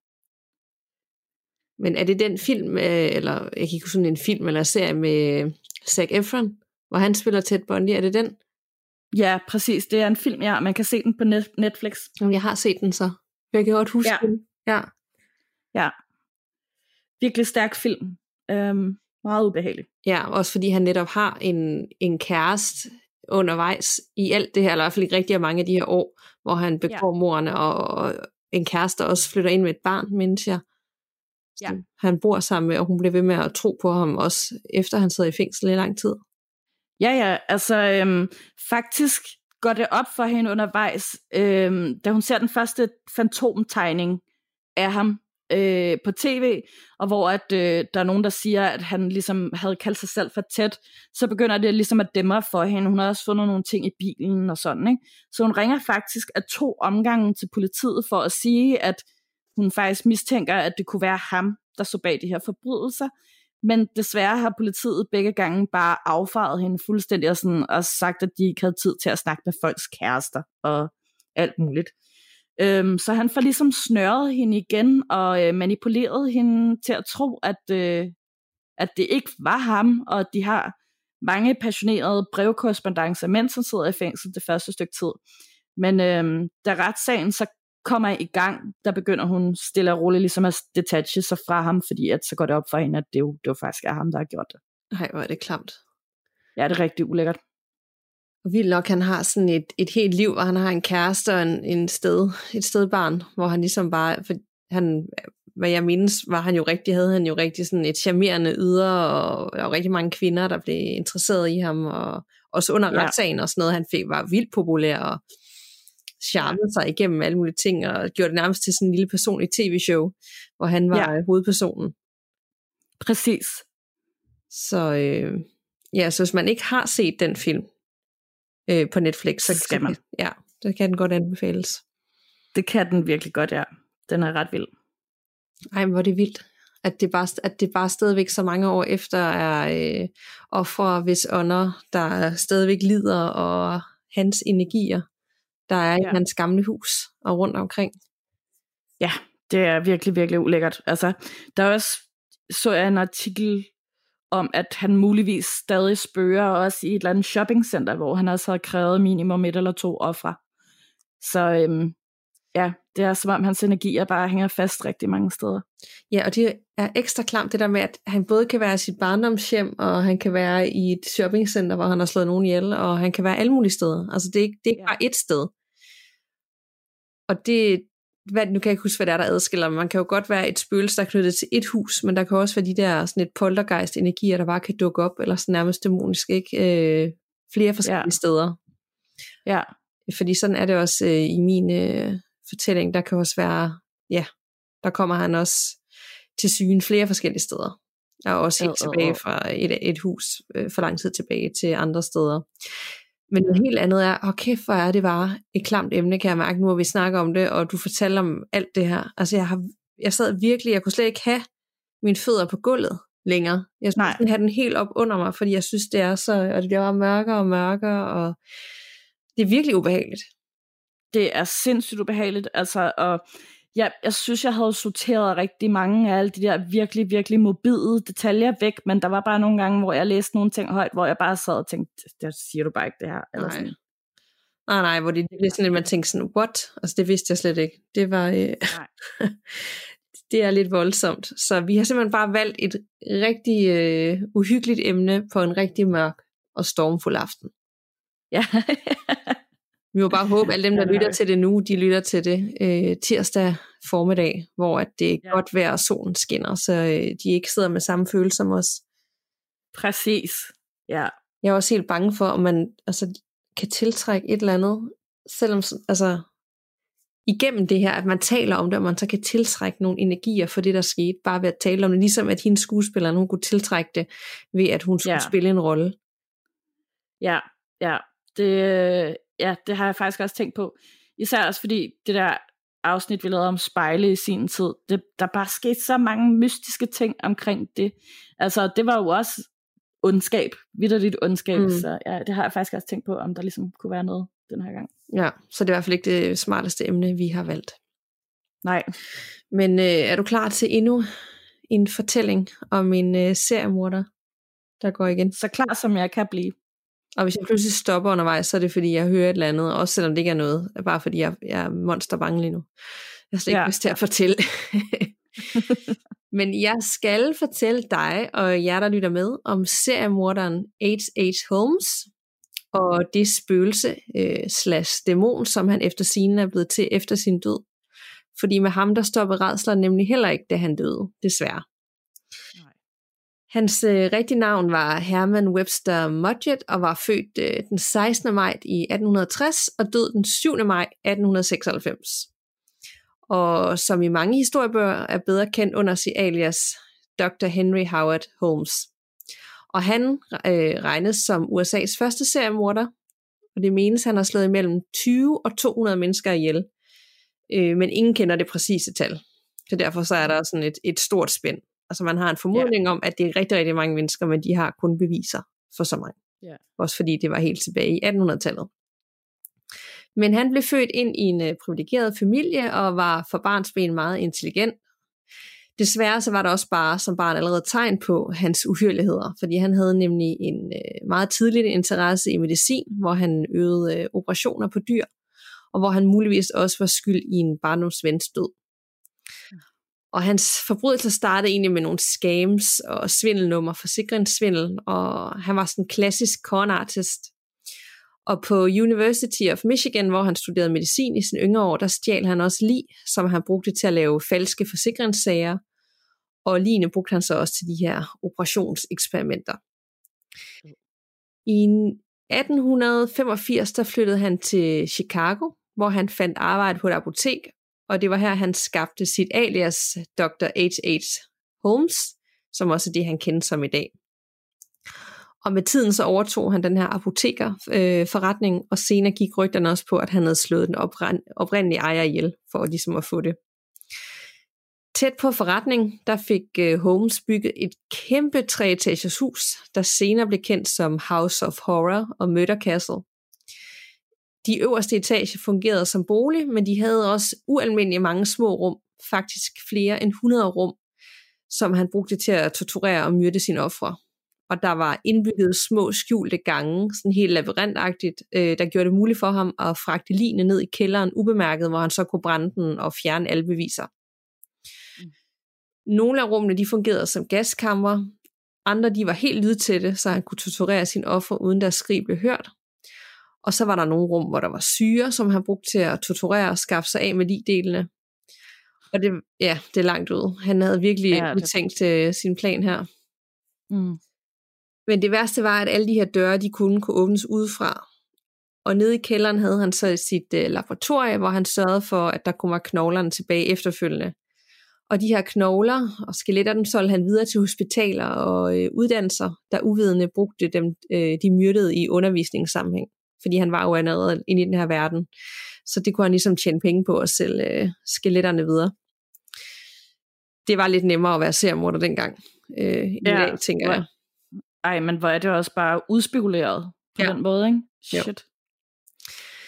Men er det den film, eller jeg kan ikke huske en film eller serie med Zac Efron, hvor han spiller Ted Bundy, er det den? Ja, præcis. Det er en film, ja. Man kan se den på Netflix. Jeg har set den så. Jeg kan godt huske ja. den. Ja. Ja. Virkelig stærk film. Øhm, meget ubehagelig. Ja, også fordi han netop har en, en kæreste undervejs i alt det her, eller i hvert fald ikke rigtig mange af de her år, hvor han begår ja. mordene, og, og en kæreste også flytter ind med et barn, mens jeg ja. han bor sammen med, og hun bliver ved med at tro på ham, også efter han sidder i fængsel i lang tid. Ja, ja, altså øhm, faktisk går det op for hende undervejs, øhm, da hun ser den første fantomtegning af ham øh, på tv, og hvor at, øh, der er nogen, der siger, at han ligesom havde kaldt sig selv for Ted, så begynder det ligesom at dæmre for hende. Hun har også fundet nogle ting i bilen og sådan, ikke? Så hun ringer faktisk af to omgange til politiet for at sige, at hun faktisk mistænker, at det kunne være ham, der så bag de her forbrydelser. Men desværre har politiet begge gange bare affejet hende fuldstændig og, sådan, og sagt, at de ikke havde tid til at snakke med folks kærester og alt muligt. Øhm, så han får ligesom snørret hende igen og øh, manipuleret hende til at tro, at, øh, at det ikke var ham, og de har mange passionerede brevkorrespondancer, mens han sidder i fængsel det første stykke tid. Men øh, da retssagen så kommer i gang, der begynder hun stille og roligt ligesom at detache sig fra ham, fordi at så går det op for hende, at det jo, det jo faktisk er ham, der har gjort det. Nej, hvor er det klamt. Ja, det er rigtig ulækkert. Og vildt nok, han har sådan et, et helt liv, hvor han har en kæreste og en, en sted, et stedbarn, hvor han ligesom bare, for han, hvad jeg mindes, var han jo rigtig, havde han jo rigtig sådan et charmerende ydre, og der var rigtig mange kvinder, der blev interesseret i ham, og også under ja. retssagen og sådan noget, han fik, var vildt populær, og charmede sig igennem alle mulige ting, og gjorde det nærmest til sådan en lille personlig tv-show, hvor han var ja. hovedpersonen. Præcis. Så øh, ja, så hvis man ikke har set den film øh, på Netflix, så skal man. Ja, så kan den godt anbefales. Det kan den virkelig godt, ja. Den er ret vild. Ej, hvor er det vildt, at det bare, at det bare stadigvæk så mange år efter er øh, ofre, hvis ånder, der stadigvæk lider, og hans energier, der er i ja. hans gamle hus og rundt omkring. Ja, det er virkelig, virkelig ulækkert. Altså, der er også, så jeg en artikel om, at han muligvis stadig spørger også i et eller andet shoppingcenter, hvor han også havde krævet minimum et eller to ofre. Så øhm, ja, det er som om hans energier bare hænger fast rigtig mange steder. Ja, og det er ekstra klamt det der med, at han både kan være i sit barndomshjem, og han kan være i et shoppingcenter, hvor han har slået nogen ihjel, og han kan være alle mulige steder. Altså det er ikke, det er ikke ja. bare ét sted. Og det, hvad, nu kan jeg ikke huske, hvad det er, der adskiller, men man kan jo godt være et spøgelse, der er knyttet til et hus, men der kan også være de der sådan et poltergeist-energier, der bare kan dukke op, eller sådan nærmest dæmonisk, ikke? Øh, flere forskellige ja. steder. Ja. Fordi sådan er det også øh, i min øh, fortælling, der kan også være, ja, der kommer han også til syne flere forskellige steder. Og også helt uh, uh, uh. tilbage fra et, et hus, øh, for lang tid tilbage til andre steder. Men noget helt andet er, åh kæft, hvor er det bare et klamt emne, kan jeg mærke nu, hvor vi snakker om det, og du fortæller om alt det her. Altså jeg har, jeg sad virkelig, jeg kunne slet ikke have mine fødder på gulvet længere. Jeg skulle have den helt op under mig, fordi jeg synes, det er så, og det bliver bare mørkere og mørkere, og det er virkelig ubehageligt. Det er sindssygt ubehageligt, altså, og Ja, jeg synes, jeg havde sorteret rigtig mange af alle de der virkelig, virkelig mobile detaljer væk, men der var bare nogle gange, hvor jeg læste nogle ting højt, hvor jeg bare sad og tænkte, det siger du bare ikke det her. Eller Nej. sådan. Nej, nej, hvor det er sådan, at man tænker sådan, what? Altså det vidste jeg slet ikke. Det var, øh, det er lidt voldsomt. Så vi har simpelthen bare valgt et rigtig øh, uhyggeligt emne på en rigtig mørk og stormfuld aften. Ja. Vi må bare håbe, at alle dem, der Ja, lytter til det nu, de lytter til det øh, tirsdag formiddag, hvor at det er Ja. godt vejr og solen skinner, så øh, de ikke sidder med samme følelse som os. Præcis. Ja. Jeg er også helt bange for, om man altså, kan tiltrække et eller andet, selvom altså, igennem det her, at man taler om det, og man så kan tiltrække nogle energier for det, der skete, bare ved at tale om det, ligesom at hendes skuespiller, hun kunne tiltrække det, ved at hun skulle Ja. spille en rolle. Ja, ja. Det, ja, det har jeg faktisk også tænkt på. Især også fordi det der afsnit, vi lavede om spejle i sin tid, det, der bare skete så mange mystiske ting omkring det. Altså, det var jo også ondskab, vitterligt ondskab, mm. så ja, det har jeg faktisk også tænkt på, om der ligesom kunne være noget den her gang. Ja, så det er i hvert fald ikke det smarteste emne, vi har valgt. Nej. Men øh, er du klar til endnu en fortælling om en øh, seriemorder, der går igen? Så klar som jeg kan blive. Og hvis jeg pludselig stopper undervejs, så er det fordi, jeg hører et eller andet, også selvom det ikke er noget, bare fordi jeg, jeg er monsterbange lige nu. Jeg har slet ikke Ja. lyst til at fortælle. Men jeg skal fortælle dig, og jer der lytter med, om seriemorderen H H. Holmes, og det spøgelse øh, slash dæmon, som han efter sigende er blevet til efter sin død. Fordi med ham, der stoppede rædsler nemlig heller ikke, da han døde, desværre. Nej. Hans øh, rigtige navn var Herman Webster Mudgett, og var født øh, den sekstende maj i atten tres, og død den syvende maj atten seksoghalvfems. Og som i mange historiebøger er bedre kendt under sit alias doktor Henry Howard Holmes. Og han øh, regnes som U S A's første seriemorder, og det menes, han har slået imellem tyve og to hundrede mennesker ihjel. Øh, men ingen kender det præcise tal. Så derfor så er der sådan et, et stort spænd. Altså man har en formodning yeah. om, at det er rigtig, rigtig mange mennesker, men de har kun beviser for så mange. Yeah. Også fordi det var helt tilbage i attenhundredetallet. Men han blev født ind i en uh, privilegeret familie, og var for barnsben meget intelligent. Desværre så var der også bare som barn allerede tegn på hans uhyrligheder, fordi han havde nemlig en uh, meget tidlig interesse i medicin, hvor han øvede uh, operationer på dyr, og hvor han muligvis også var skyld i en barndomsvens død. Og hans forbrydelser startede egentlig med nogle scams og svindelnummer, forsikringssvindel, og han var sådan en klassisk con artist. Og på University of Michigan, hvor han studerede medicin i sine yngre år, der stjal han også lig, som han brugte til at lave falske forsikringssager, og ligene brugte han så også til de her operationseksperimenter. I atten femogfirs, der flyttede han til Chicago, hvor han fandt arbejde på et apotek, og det var her, han skabte sit alias doktor H H. Holmes, som også er det, han kendte som i dag. Og med tiden så overtog han den her apotekerforretning, øh, og senere gik rygterne også på, at han havde slået den oprind- oprindelige ejer ihjel, for ligesom at få det. Tæt på forretning, der fik øh, Holmes bygget et kæmpe treetagers hus, der senere blev kendt som House of Horror og Murder Castle. De øverste etager fungerede som bolig, men de havde også ualmindeligt mange små rum, faktisk flere end hundrede rum, som han brugte til at torturere og myrde sine ofre. Og der var indbygget små skjulte gange, sådan helt labyrintagtigt, øh, der gjorde det muligt for ham at fragte ligene ned i kælderen ubemærket, hvor han så kunne brænde den og fjerne alle beviser. Mm. Nogle af rummene de fungerede som gaskammer, andre de var helt lydtætte, så han kunne torturere sine ofre uden deres skrig blev hørt. Og så var der nogle rum, hvor der var syre, som han brugte til at torturere og skaffe sig af med ligdelene. Og det, ja, det er langt ud. Han havde virkelig ja, udtænkt uh, sin plan her. Mm. Men det værste var, at alle de her døre, de kunne kunne åbnes udefra. Og nede i kælderen havde han så sit uh, laboratorie, hvor han sørgede for, at der kunne være knoglerne tilbage efterfølgende. Og de her knogler og skeletter, dem solgte han videre til hospitaler og uh, uddannelser, der uvidende brugte dem, uh, de myrdede i undervisningssammenhæng. Fordi han var jo allerede inde i den her verden. Så det kunne han ligesom tjene penge på at sælge uh, skeletterne videre. Det var lidt nemmere at være seriemorder dengang. Uh, I ja, dag, tænker jeg. Ej, men hvor er det også bare udspekuleret på ja. den måde, ikke? Shit.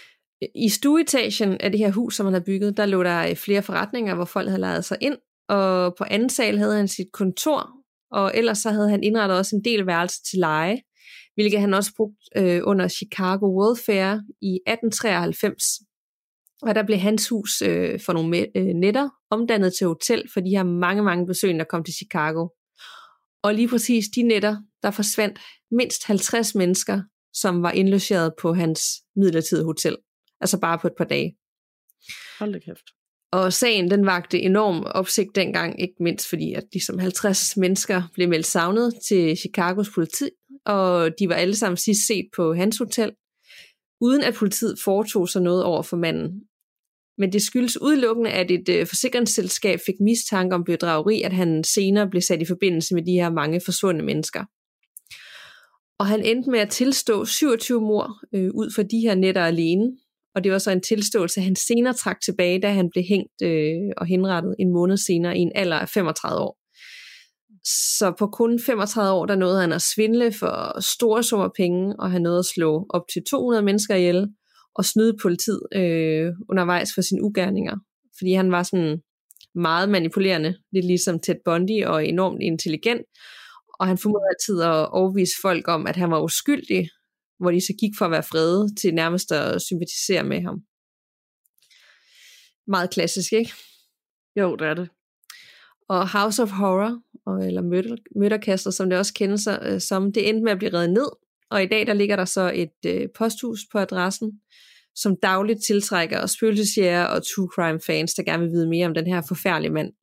I stueetagen af det her hus, som han havde bygget, der lå der flere forretninger, hvor folk havde lejet sig ind, og på anden sal havde han sit kontor, og ellers så havde han indrettet også en del værelser til leje, hvilket han også brugte øh, under Chicago World Fair i atten treoghalvfems. Og der blev hans hus øh, for nogle med, øh, nætter omdannet til hotel for de her mange, mange besøgende, der kom til Chicago. Og lige præcis de nætter, der forsvandt mindst halvtreds mennesker, som var indlogeret på hans midlertidige hotel. Altså bare på et par dage. Hold da kæft. Og sagen, den vagte enorm opsigt dengang, ikke mindst fordi, at ligesom halvtreds mennesker blev meldt savnet til Chicagos politi, og de var alle sammen sidst set på hans hotel, uden at politiet foretog sig noget over for manden. Men det skyldes udelukkende, at et øh, forsikringsselskab fik mistanke om bedrageri, at han senere blev sat i forbindelse med de her mange forsvundne mennesker. Og han endte med at tilstå syvogtyve mord øh, ud for de her nætter alene, og det var så en tilståelse, han senere trak tilbage, da han blev hængt øh, og henrettet en måned senere i en alder af femogtredive år. Så på kun femogtredive år, der nåede han at svindle for store summer penge, og han nåede at slå op til to hundrede mennesker ihjel, og snyde politiet øh, undervejs for sine ugerninger. Fordi han var sådan meget manipulerende, lidt ligesom Ted Bundy, og enormt intelligent, og han formåede altid at overbevise folk om, at han var uskyldig, hvor de så gik for at være frede, til nærmest at sympatisere med ham. Meget klassisk, ikke? Jo, det er det. Og House of Horror, eller Møderkaster, som det også kendes øh, som, det endte med at blive revet ned, og i dag der ligger der så et øh, posthus på adressen, som dagligt tiltrækker spøgelsesjægere og true crime fans, der gerne vil vide mere om den her forfærdelige mand.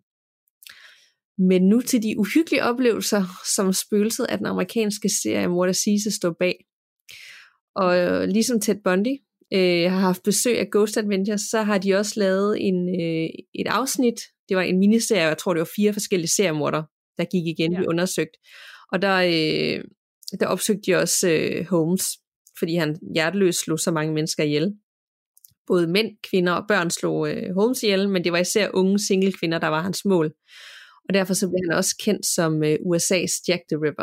Men nu til de uhyggelige oplevelser, som spøgelset af den amerikanske seriemorder Cece står bag. Og øh, ligesom Ted Bundy øh, har haft besøg af Ghost Adventures, så har de også lavet en, øh, et afsnit. Det var en miniserie, jeg tror det var fire forskellige seriemorder, der gik igen, ja. Vi undersøgt. Og der, øh, der opsøgte de også øh, Holmes, fordi han hjerteløst slog så mange mennesker ihjel. Både mænd, kvinder og børn slog øh, Holmes ihjel, men det var især unge single kvinder, der var hans mål. Og derfor så blev han også kendt som øh, U S A's Jack the Ripper.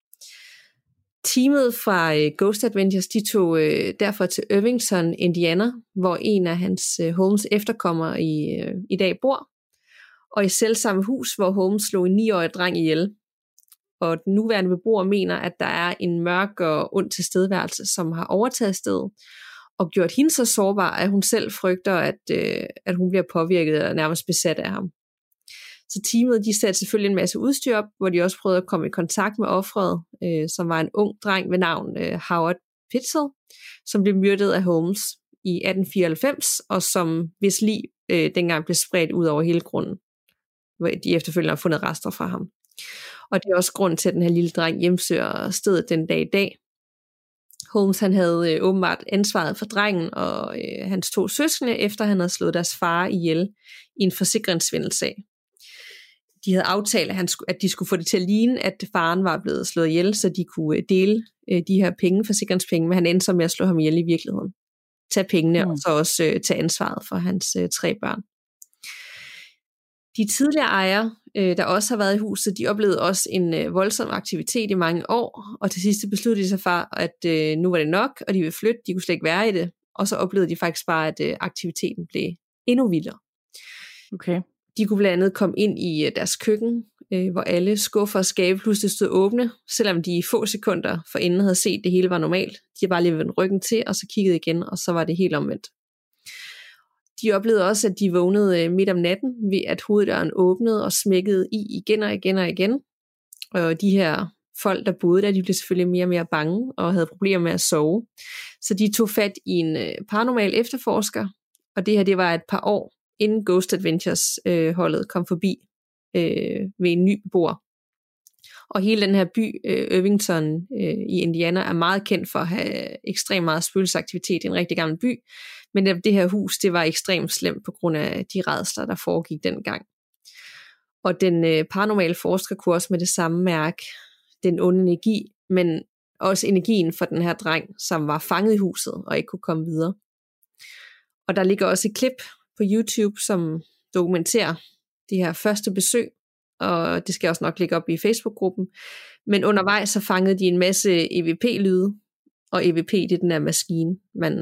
Teamet fra øh, Ghost Adventures, de tog øh, derfor til Irvington, Indiana, hvor en af hans øh, Holmes efterkommere i, øh, i dag bor, og i selvsamme hus, hvor Holmes slog en niårig dreng ihjel. Og den nuværende beboer mener, at der er en mørk og ond tilstedeværelse, som har overtaget stedet, og gjort hende så sårbar, at hun selv frygter, at, øh, at hun bliver påvirket og nærmest besat af ham. Så teamet, de satte selvfølgelig en masse udstyr op, hvor de også prøvede at komme i kontakt med offeret, øh, som var en ung dreng ved navn øh, Howard Pitzel, som blev myrdet af Holmes i atten fireoghalvfems, og som hvis lig øh, dengang blev spredt ud over hele grunden, hvor de efterfølgende har fundet rester fra ham. Og det er også grund til, at den her lille dreng hjemsøger stedet den dag i dag. Holmes han havde øh, åbenbart ansvaret for drengen og øh, hans to søskende, efter han havde slået deres far ihjel i en forsikringssvindelsag. De havde aftalt, at, han skulle, at de skulle få det til at ligne, at faren var blevet slået ihjel, så de kunne dele øh, de her penge, forsikringspenge, men han endte så med at slå ham ihjel i virkeligheden. Tag pengene, mm. og så også øh, tage ansvaret for hans øh, tre børn. De tidligere ejere, øh, der også har været i huset, de oplevede også en øh, voldsom aktivitet i mange år, og til sidst besluttede de sig for, at øh, nu var det nok, og de ville flytte, de kunne slet ikke være i det, og så oplevede de faktisk bare, at øh, aktiviteten blev endnu vildere. Okay. De kunne blandt andet komme ind i deres køkken, øh, hvor alle skuffer og skabe pludselig stod åbne, selvom de i få sekunder forinden havde set, at det hele var normalt. De havde bare lige vendt ryggen til, og så kiggede igen, og så var det helt omvendt. De oplevede også, at de vågnede øh, midt om natten, ved at hoveddøren åbnede og smækkede i igen og igen og igen. Og de her folk, der boede der, de blev selvfølgelig mere og mere bange, og havde problemer med at sove. Så de tog fat i en øh, paranormal efterforsker, og det her det var et par år, inden Ghost Adventures øh, holdet kom forbi øh, ved en ny beboer. Og hele den her by, øh, Irvington øh, i Indiana, er meget kendt for at have ekstremt meget spøgelsesaktivitet i en rigtig gammel by, men det her hus, det var ekstremt slemt på grund af de rædsler, der foregik dengang. Og den øh, paranormale forsker kunne også med det samme mærke den onde energi, men også energien for den her dreng, som var fanget i huset og ikke kunne komme videre. Og der ligger også et klip på YouTube, som dokumenterer det her første besøg, og det skal også nok ligge op i Facebook-gruppen. Men undervejs så fangede de en masse E V P-lyde, og E V P det er den her maskine, man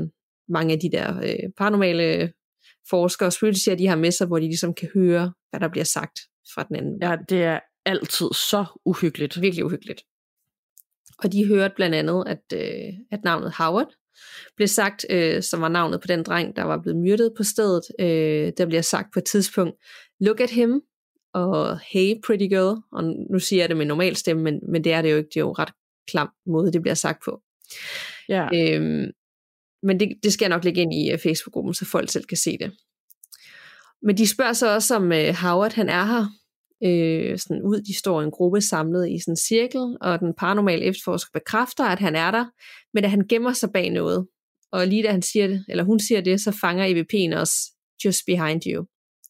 mange af de der øh, paranormale forskere og spøgelser, de har med sig, hvor de ligesom kan høre, hvad der bliver sagt fra den anden. Ja, det er altid så uhyggeligt. Virkelig uhyggeligt. Og de hørte blandt andet, at, øh, at navnet Howard blev sagt, øh, som var navnet på den dreng, der var blevet myrdet på stedet. Øh, der bliver sagt på et tidspunkt, look at him, og hey pretty girl. Og nu siger jeg det med normal stemme, men, men det er det jo ikke. Det er jo ret klam måde, det bliver sagt på. Ja. Øhm, men det, det skal jeg nok lægge ind i uh, Facebook-gruppen, så folk selv kan se det. Men de spørger så også, om uh, Howard han er her. Øh, sådan ud, de står i en gruppe samlet i sådan en cirkel, og den paranormale efterforsker bekræfter, at han er der, men at han gemmer sig bag noget. Og lige da han siger det, eller hun siger det, så fanger E V P'en også just behind you.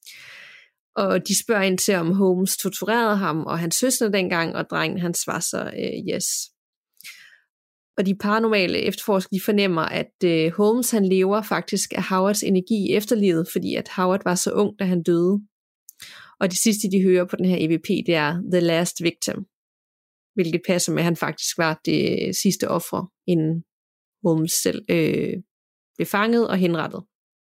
Og de spørger ind til, om Holmes torturerede ham og hans søster dengang, og drengen han svarer så uh, yes. Og de paranormale efterforskere, de fornemmer, at uh, Holmes han lever faktisk af Howards energi i efterlivet, fordi at Howard var så ung, da han døde. Og det sidste, de hører på den her E V P, det er The Last Victim, hvilket passer med, at han faktisk var det sidste offer, inden Holmes selv øh, blev fanget og henrettet.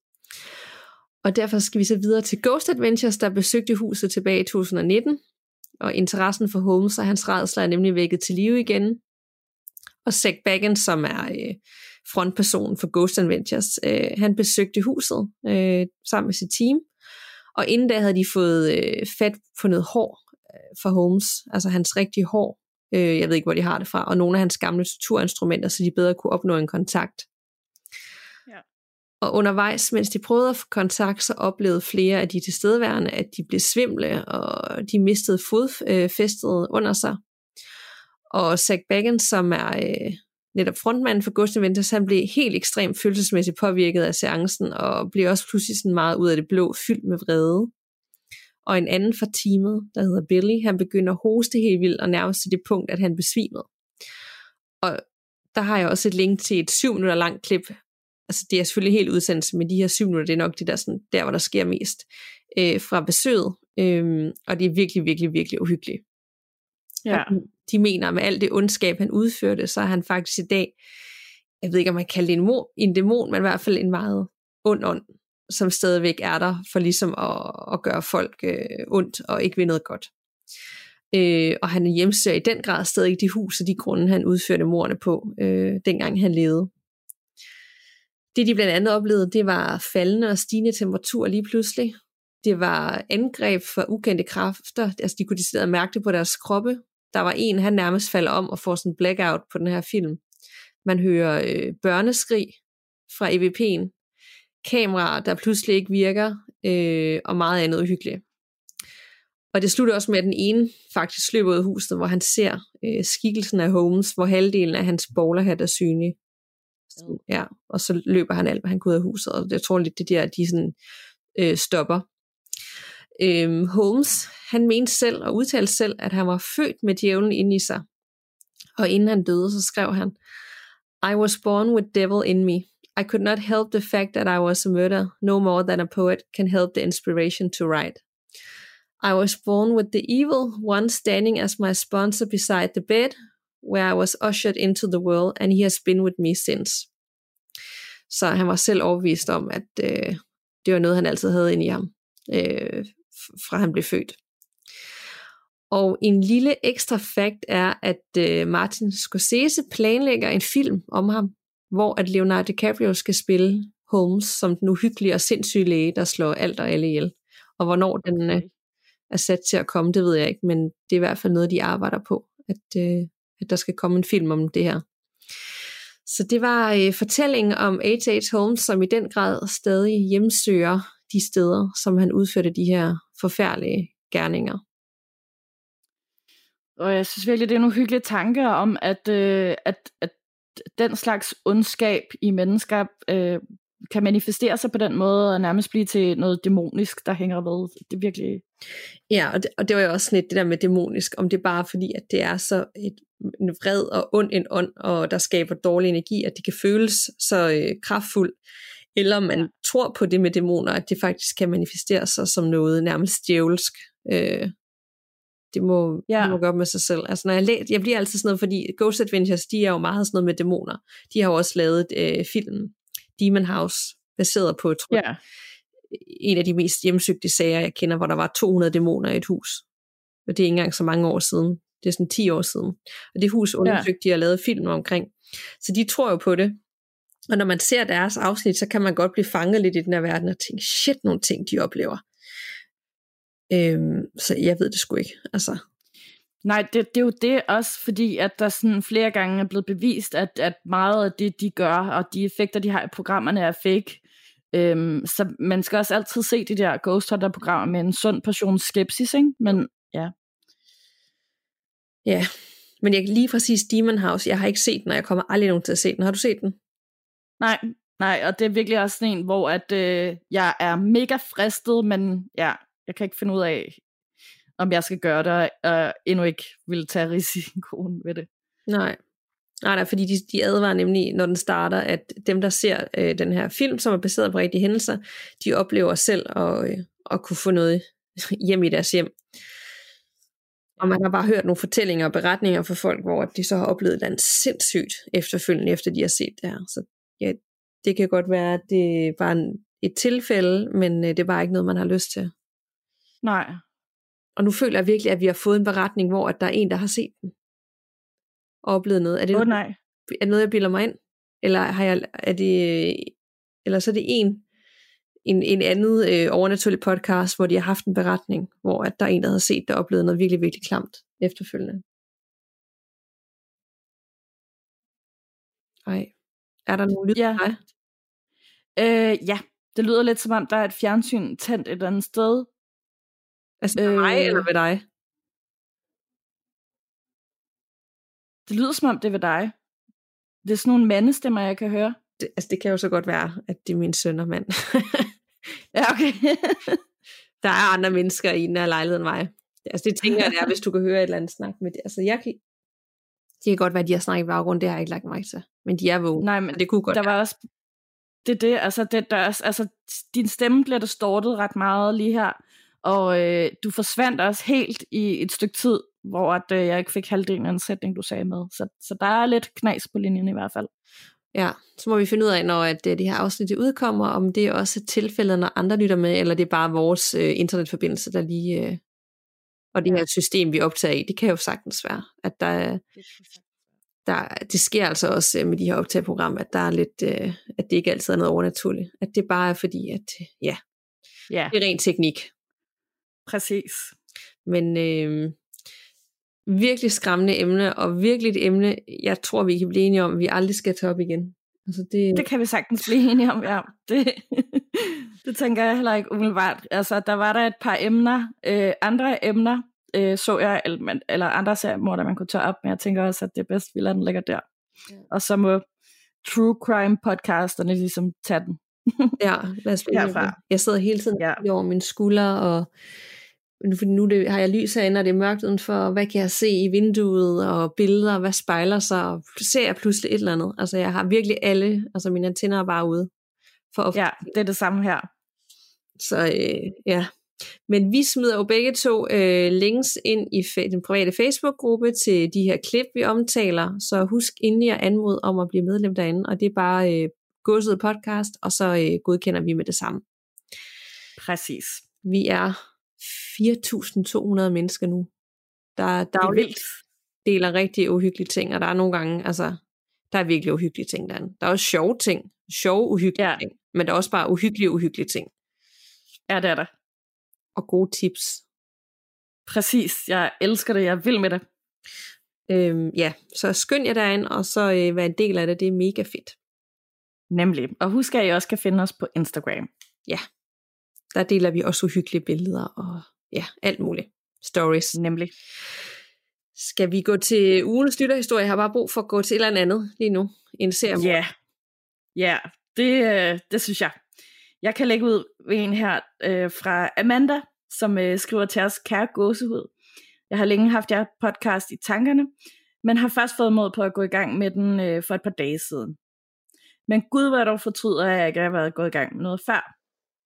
Og derfor skal vi så videre til Ghost Adventures, der besøgte huset tilbage i to tusind og nitten, og interessen for Holmes og hans rædsler er nemlig vækket til live igen. Og Zach Bagans, som er øh, frontpersonen for Ghost Adventures, øh, han besøgte huset øh, sammen med sit team, og inden da havde de fået øh, fat på noget hår øh, for Holmes, altså hans rigtige hår. Øh, jeg ved ikke, hvor de har det fra, og nogle af hans gamle torturinstrumenter, så de bedre kunne opnå en kontakt. Ja. Og undervejs, mens de prøvede at få kontakt, så oplevede flere af de tilstedeværende, at de blev svimle, og de mistede fodfæstet øh, under sig. Og Zach Bagans, som er øh, netop frontmanden for Ghost Adventures, han blev helt ekstremt følelsesmæssigt påvirket af seancen, og blev også pludselig sådan meget ud af det blå, fyldt med vrede. Og en anden fra teamet, der hedder Billy, han begynder at hoste helt vildt, og nærmest til det punkt, at han besvimede. Og der har jeg også et link til et syv minutter langt klip. Altså det er selvfølgelig helt udsendelse, men de her syv minutter, det er nok det der, sådan, der hvor der sker mest øh, fra besøget. Øh, og det er virkelig, virkelig, virkelig uhyggeligt. Ja. De mener, med alt det ondskab, han udførte, så er han faktisk i dag, jeg ved ikke, om man kalder det en, en dæmon, men i hvert fald en meget ond ånd, som stadigvæk er der for ligesom at, at gøre folk øh, ondt og ikke ved noget godt. Øh, og han hjemsøger i den grad stadig de hus og de grunde, han udførte mordene på, øh, dengang han levede. Det de blandt andet oplevede, det var faldende og stigende temperatur lige pludselig. Det var angreb for ukendte kræfter, altså de kunne decideret mærke det på deres kroppe. Der var en, han nærmest falder om og får sådan en blackout på den her film. Man hører øh, børneskrig fra E V P'en, kameraer, der pludselig ikke virker, øh, og meget andet uhyggeligt. Og det slutter også med, at den ene faktisk løber ud af huset, hvor han ser øh, skikkelsen af Holmes, hvor halvdelen af hans bowlerhat er synlig. Ja, og så løber han alt, hvad han går ud af huset, og jeg tror lidt, det der, de sådan, øh, stopper. Øhm, Holmes, han mente selv og udtalte selv, at han var født med djævlen inde i sig. Og inden han døde, så skrev han, I was born with devil in me. I could not help the fact that I was a murderer, no more than a poet can help the inspiration to write. I was born with the evil one standing as my sponsor beside the bed, where I was ushered into the world, and he has been with me since. Så han var selv overbevist om, at øh, det var noget, han altid havde inde i ham, øh, fra han blev født. Og en lille ekstra fact er, at øh, Martin Scorsese planlægger en film om ham, hvor at Leonardo DiCaprio skal spille Holmes som den uhyggelige og sindssyge læge, der slår alt og alle ihjel. Og hvornår den øh, er sat til at komme, det ved jeg ikke, men det er i hvert fald noget, de arbejder på, at, øh, at der skal komme en film om det her. Så det var øh, fortællingen om H H. Holmes, som i den grad stadig hjemsøger de steder, som han udførte de her forfærdelige gerninger. Og jeg synes virkelig, det er nogle hyggelige tanker om, at, øh, at, at den slags ondskab i mennesker øh, kan manifestere sig på den måde, og nærmest blive til noget dæmonisk, der hænger ved. Det er virkelig... Ja, og det, og det var jo også sådan lidt det der med dæmonisk, om det er bare fordi, at det er så et, en vred og ond en ånd, og der skaber dårlig energi, at det kan føles så øh, kraftfuldt, eller man ja. tror på det med dæmoner, at det faktisk kan manifestere sig som noget nærmest djævelsk. Øh, det må, ja. det må gøre med sig selv. Altså når jeg læser, jeg bliver altid sådan noget, fordi Ghost Adventures, de er jo meget sådan noget med dæmoner. De har jo også lavet øh, filmen Demon House, baseret på, tror jeg, Ja. en af de mest hjemsøgte sager, jeg kender, hvor der var to hundrede dæmoner i et hus. Og det er ikke engang så mange år siden. Det er sådan ti år siden. Og det hus undersøgte ja. de har lavet film omkring. Så de tror jo på det. Og når man ser deres afsnit, så kan man godt blive fanget lidt i den her verden og tænke, shit, nogle ting, de oplever. Øhm, så jeg ved det sgu ikke. Altså. Nej, det, det er jo det også, fordi at der sådan flere gange er blevet bevist, at, at meget af det, de gør, og de effekter, de har i programmerne, er fake. Øhm, så man skal også altid se de der Ghost Hunter-programmer med en sund portion skepsis, ikke? Men ja. Ja, men jeg lige præcis Demon House, jeg har ikke set den, og jeg kommer aldrig nogen til at se den. Har du set den? Nej, nej, og det er virkelig også sådan en, hvor at, øh, jeg er mega fristet, men ja, jeg kan ikke finde ud af, om jeg skal gøre det, og endnu ikke vil tage risikoen ved det. Nej, nej, nej fordi de, de advarer nemlig, når den starter, at dem, der ser øh, den her film, som er baseret på rigtige hændelser, de oplever selv at, øh, at kunne få noget hjem i deres hjem. Og man har bare hørt nogle fortællinger og beretninger fra folk, hvor de så har oplevet noget sindssygt efterfølgende, efter de har set det her. Så ja, det kan godt være, at det var en, et tilfælde, men øh, det er bare ikke noget, man har lyst til. Nej. Og nu føler jeg virkelig, at vi har fået en beretning, hvor at der er en, der har set den. Og oplevet noget. Er det, oh, nej. er det noget, jeg bilder mig ind? Eller, har jeg, er det, eller så er det en, en, en anden øh, overnaturlig podcast, hvor de har haft en beretning, hvor at der er en, der har set, der oplevet noget virkelig, virkelig klamt efterfølgende. Ej. Er der nogen lyd ja. for dig? Øh, ja, det lyder lidt som om, der er et fjernsyn tændt et eller andet sted. Altså med øh, mig eller med dig? Det lyder som om, det er ved dig. Det er sådan nogle mandestemmer, jeg kan høre. Det, altså det kan jo så godt være, at det er min søn og mand. Ja, okay. Der er andre mennesker i den her lejlighed end mig. Altså det tænker jeg, det er, hvis du kan høre et eller andet snak med det. Altså jeg kan... Det kan godt være, at de har snakket i baggrund, det har jeg ikke lagt mig til. Men de er vågne. Nej, men det kunne godt der være. var også... Det er det, altså, det, der er, altså din stemme bliver distortet ret meget lige her. Og øh, du forsvandt også helt i et stykke tid, hvor at, øh, jeg ikke fik halvdelen af en sætning, du sagde med. Så, så der er lidt knas på linjen i hvert fald. Ja, så må vi finde ud af, når at, øh, det her afsnit det udkommer, om det er også tilfældet, når andre lytter med, eller det er bare vores øh, internetforbindelse, der lige... Øh, og det her system, vi optager i, det kan jo sagtens være, at der, der det sker altså også øh, med de her optageprogrammer, at der er lidt, øh, at det ikke altid er noget overnaturligt. At det bare er fordi, at ja, ja. det er ren teknik. Præcis. Men øh, virkelig skræmmende emne, og virkelig et emne, jeg tror, vi kan blive enige om, at vi aldrig skal tage op igen. Altså det... det kan vi sagtens blive enige om, ja. Det, det tænker jeg heller ikke umiddelbart. Altså, der var der et par emner, øh, andre emner, øh, så jeg, eller, eller andre serier, der man kunne tage op, men jeg tænker også, at det er bedst, vi lader den ligge der. Ja. Og så må true crime podcasterne ligesom tage den. Ja, lad os herfra. Jeg sidder hele tiden ja. over mine skuldre, og for nu det, har jeg lys herinde, og det er mørkt udenfor, hvad kan jeg se i vinduet, og billeder, hvad spejler sig, og ser jeg pludselig et eller andet. Altså jeg har virkelig alle, altså mine antenner er bare ude. For at... Ja, det er det samme her. Så øh, ja, men vi smider jo begge to øh, links ind i fa- den private Facebook-gruppe til de her klip, vi omtaler, så husk endelig at anmode om at blive medlem derinde, og det er bare øh, Gåsehud podcast, og så øh, godkender vi med det samme. Præcis. Vi er fire tusind to hundrede mennesker nu, der dagligt deler rigtig uhyggelige ting, og der er nogle gange, altså, der er virkelig uhyggelige ting derinde. Der er også sjove ting, sjove uhyggelige ja. ting, men der er også bare uhyggelige uhyggelige ting. Ja, det er der. Og gode tips. Præcis, jeg elsker det, jeg vil med det. Øhm, ja, så skynd jer derind, og så øh, vær en del af det, det er mega fedt. Nemlig, og husk at I også kan finde os på Instagram. Ja, der deler vi også uhyggelige billeder, og ja, alt muligt. Stories. Nemlig. Skal vi gå til ugens lytterhistorie? Jeg har bare brug for at gå til et eller andet lige nu. En serie. Ja, yeah. ja, det, det synes jeg. Jeg kan lægge ud ved en her øh, fra Amanda, som øh, skriver til os, kære gåsehud. Jeg har længe haft jer podcast i tankerne, men har først fået mod på at gå i gang med den øh, for et par dage siden. Men Gud, hvor jeg dog fortryder, at jeg ikke har været gået i gang med noget før.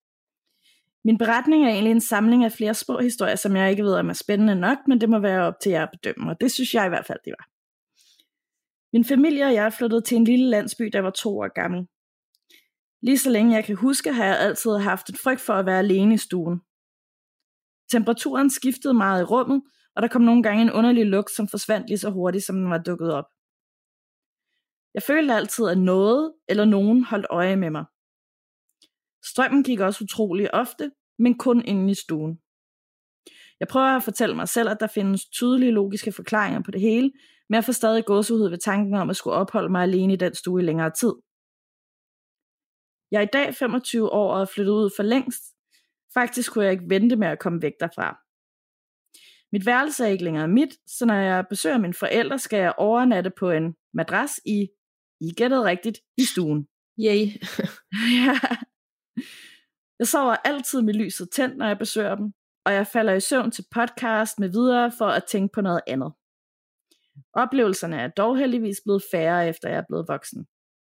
Min beretning er egentlig en samling af flere små historier, som jeg ikke ved, om er spændende nok, men det må være op til jer at bedømme, og det synes jeg i hvert fald, det var. Min familie og jeg flyttede til en lille landsby, der var to år gammel. Lige så længe jeg kan huske, har jeg altid haft et frygt for at være alene i stuen. Temperaturen skiftede meget i rummet, og der kom nogle gange en underlig lugt, som forsvandt lige så hurtigt, som den var dukket op. Jeg følte altid, at noget eller nogen holdt øje med mig. Strømmen gik også utrolig ofte, men kun inde i stuen. Jeg prøver at fortælle mig selv, at der findes tydelige logiske forklaringer på det hele, men jeg får stadig gåsehud ved tanken om at skulle opholde mig alene i den stue i længere tid. Jeg er i dag femogtyve år og er flyttet ud for længst. Faktisk kunne jeg ikke vente med at komme væk derfra. Mit værelse er ikke længere mit, så når jeg besøger mine forældre, skal jeg overnatte på en madras i, I gættede rigtigt, i stuen. Yay. Ja. Jeg sover altid med lyset tændt, når jeg besøger dem, og jeg falder i søvn til podcast med videre for at tænke på noget andet. Oplevelserne er dog heldigvis blevet færre, efter jeg er blevet voksen.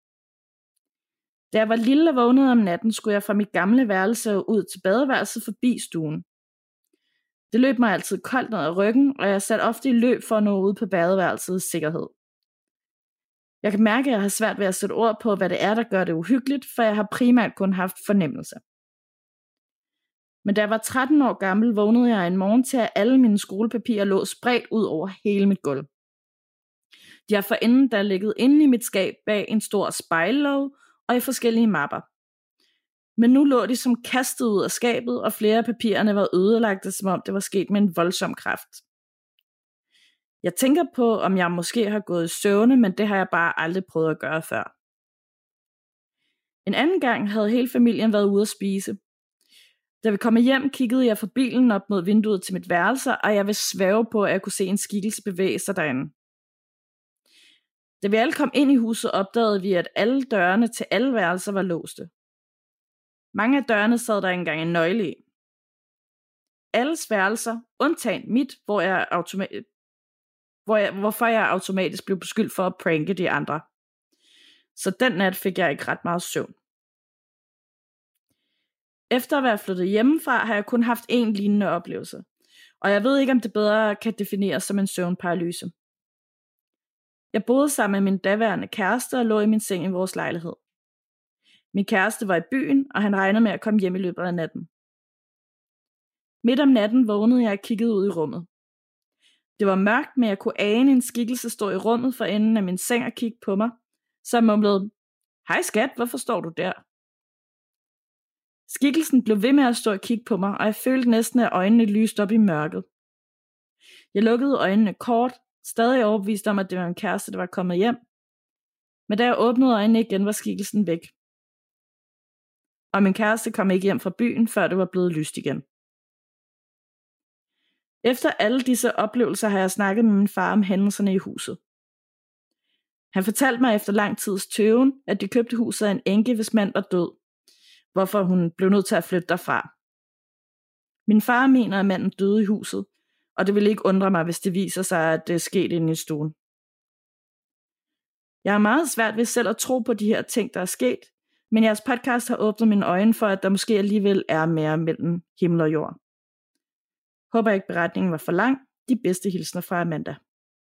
Da jeg var lille og vågnede om natten, skulle jeg fra mit gamle værelse ud til badeværelset forbi stuen. Det løb mig altid koldt ned ad ryggen, og jeg satte ofte i løb for at nå ud på badeværelsets sikkerhed. Jeg kan mærke, at jeg har svært ved at sætte ord på, hvad det er, der gør det uhyggeligt, for jeg har primært kun haft fornemmelse. Men da jeg var tretten år gammel, vågnede jeg en morgen til, at alle mine skolepapirer lå spredt ud over hele mit gulv. De har forinden da ligget inde i mit skab bag en stor spejllåge og i forskellige mapper. Men nu lå de som kastet ud af skabet, og flere af papirerne var ødelagte, som om det var sket med en voldsom kraft. Jeg tænker på, om jeg måske har gået i søvne, men det har jeg bare aldrig prøvet at gøre før. En anden gang havde hele familien været ude at spise. Da vi kom hjem, kiggede jeg fra bilen op mod vinduet til mit værelse, og jeg vil svæve på, at jeg kunne se en skikkelse bevæge sig derinde. Da vi alle kom ind i huset, opdagede vi, at alle dørene til alle værelser var låste. Mange af dørene sad der engang en nøgle i. Alles værelser, undtagen mit, hvor jeg automatisk Hvor jeg, hvorfor jeg automatisk blev beskyldt for at pranke de andre. Så den nat fik jeg ikke ret meget søvn. Efter at være flyttet hjemmefra, har jeg kun haft én lignende oplevelse. Og jeg ved ikke, om det bedre kan defineres som en søvnparalyse. Jeg boede sammen med min daværende kæreste og lå i min seng i vores lejlighed. Min kæreste var i byen, og han regnede med at komme hjem i løbet af natten. Midt om natten vågnede jeg og kiggede ud i rummet. Det var mørkt, men jeg kunne ane en skikkelse stå i rummet for enden af min seng og kigge på mig. Så jeg mumlede, hej skat, hvorfor står du der? Skikkelsen blev ved med at stå og kigge på mig, og jeg følte næsten, at øjnene lyste op i mørket. Jeg lukkede øjnene kort, stadig overbevist om, at det var min kæreste, der var kommet hjem. Men da jeg åbnede øjnene igen, var skikkelsen væk. Og min kæreste kom ikke hjem fra byen, før det var blevet lyst igen. Efter alle disse oplevelser har jeg snakket med min far om hændelserne i huset. Han fortalte mig efter lang tids tøven, at de købte huset af en enke, hvis mand var død, hvorfor hun blev nødt til at flytte derfra. Min far mener, at manden døde i huset, og det vil ikke undre mig, hvis det viser sig, at det er sket inde i stuen. Jeg har meget svært ved selv at tro på de her ting, der er sket, men jeres podcast har åbnet mine øjne for, at der måske alligevel er mere mellem himmel og jord. Håber ikke beretningen var for lang. De bedste hilsner fra Amanda.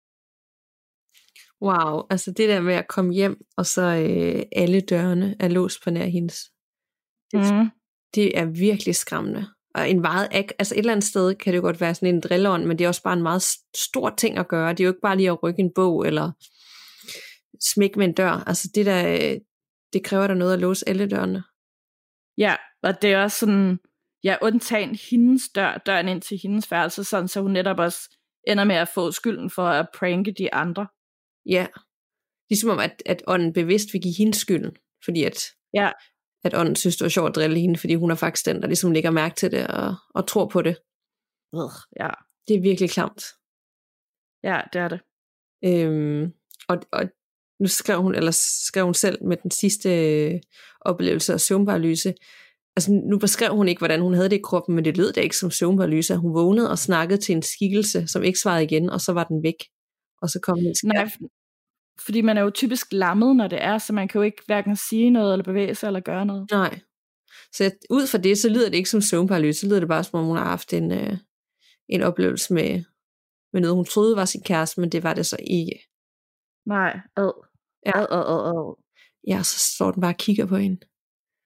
Wow, altså det der med at komme hjem, og så øh, alle dørene er låst på nær hendes. Det, mm. det er virkelig skræmmende. Og en meget, altså et eller andet sted kan det jo godt være sådan en drillånd, men det er også bare en meget stor ting at gøre. Det er jo ikke bare lige at rykke en bog, eller smække med en dør. Altså det der, det kræver der noget at låse alle dørene. Ja, og det er også sådan, ja, undtagen hendes dør, døren ind til hendes værelse, sådan så hun netop også ender med at få skylden for at pranke de andre. Ja, ligesom om at, at ånden bevidst vil give hende skylden, fordi at, ja. at ånden synes det var sjovt at drille hende, fordi hun er faktisk den, der ligesom lægger mærke til det og, og tror på det. Øh, ja. Det er virkelig klamt. Ja, det er det. Øhm, og, og nu skrev hun, eller skrev hun selv med den sidste øh, oplevelse af søvnparalyse. Altså nu beskrev hun ikke, hvordan hun havde det i kroppen, men det lød da ikke som søvnparalyse. Hun vågnede og snakkede til en skikkelse, som ikke svarede igen, og så var den væk. Og så kom den Nej, fordi man er jo typisk lammet, når det er, så man kan jo ikke hverken sige noget, eller bevæge sig, eller gøre noget. Nej. Så jeg, ud fra det, så lyder det ikke som søvnparalyse, så lyder det bare som om hun har haft en, øh, en oplevelse med, med noget, hun troede var sin kæreste, men det var det så ikke. Nej, ad. Ja. Ad, ad, ad, ad. Ja, så står den bare og kigger på hende.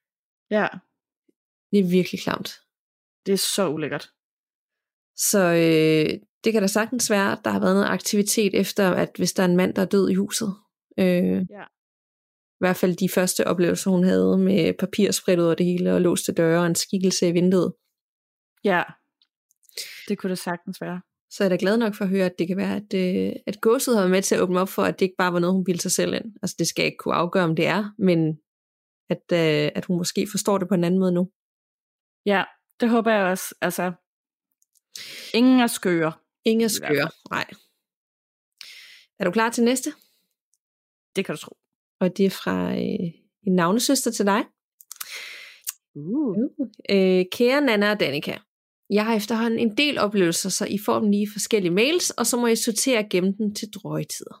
Ja. Det er virkelig klamt. Det er så ulækkert. Så øh, det kan da sagtens være, at der har været noget aktivitet efter, at hvis der er en mand, der er død i huset. Øh, ja. I hvert fald de første oplevelser, hun havde med papir spredt ud over det hele, og låste døre og en skikkelse i vinduet. Ja, det kunne det sagtens være. Så er jeg da glad nok for at høre, at det kan være, at, øh, at godset har været med til at åbne op for, at det ikke bare var noget, hun bildte sig selv ind. Altså det skal jeg ikke kunne afgøre, om det er, men at, øh, at hun måske forstår det på en anden måde nu. Ja, det håber jeg også. Altså, ingen er skøre. Ingen er skøre, nej. Er du klar til næste? Det kan du tro. Og det er fra øh, en navnesøster til dig. Uh. Øh, kære Nana og Danika, jeg har efterhånden en del oplevelser, så I får dem lige forskellige mails, og så må I sortere og gemme dem til drøjtider.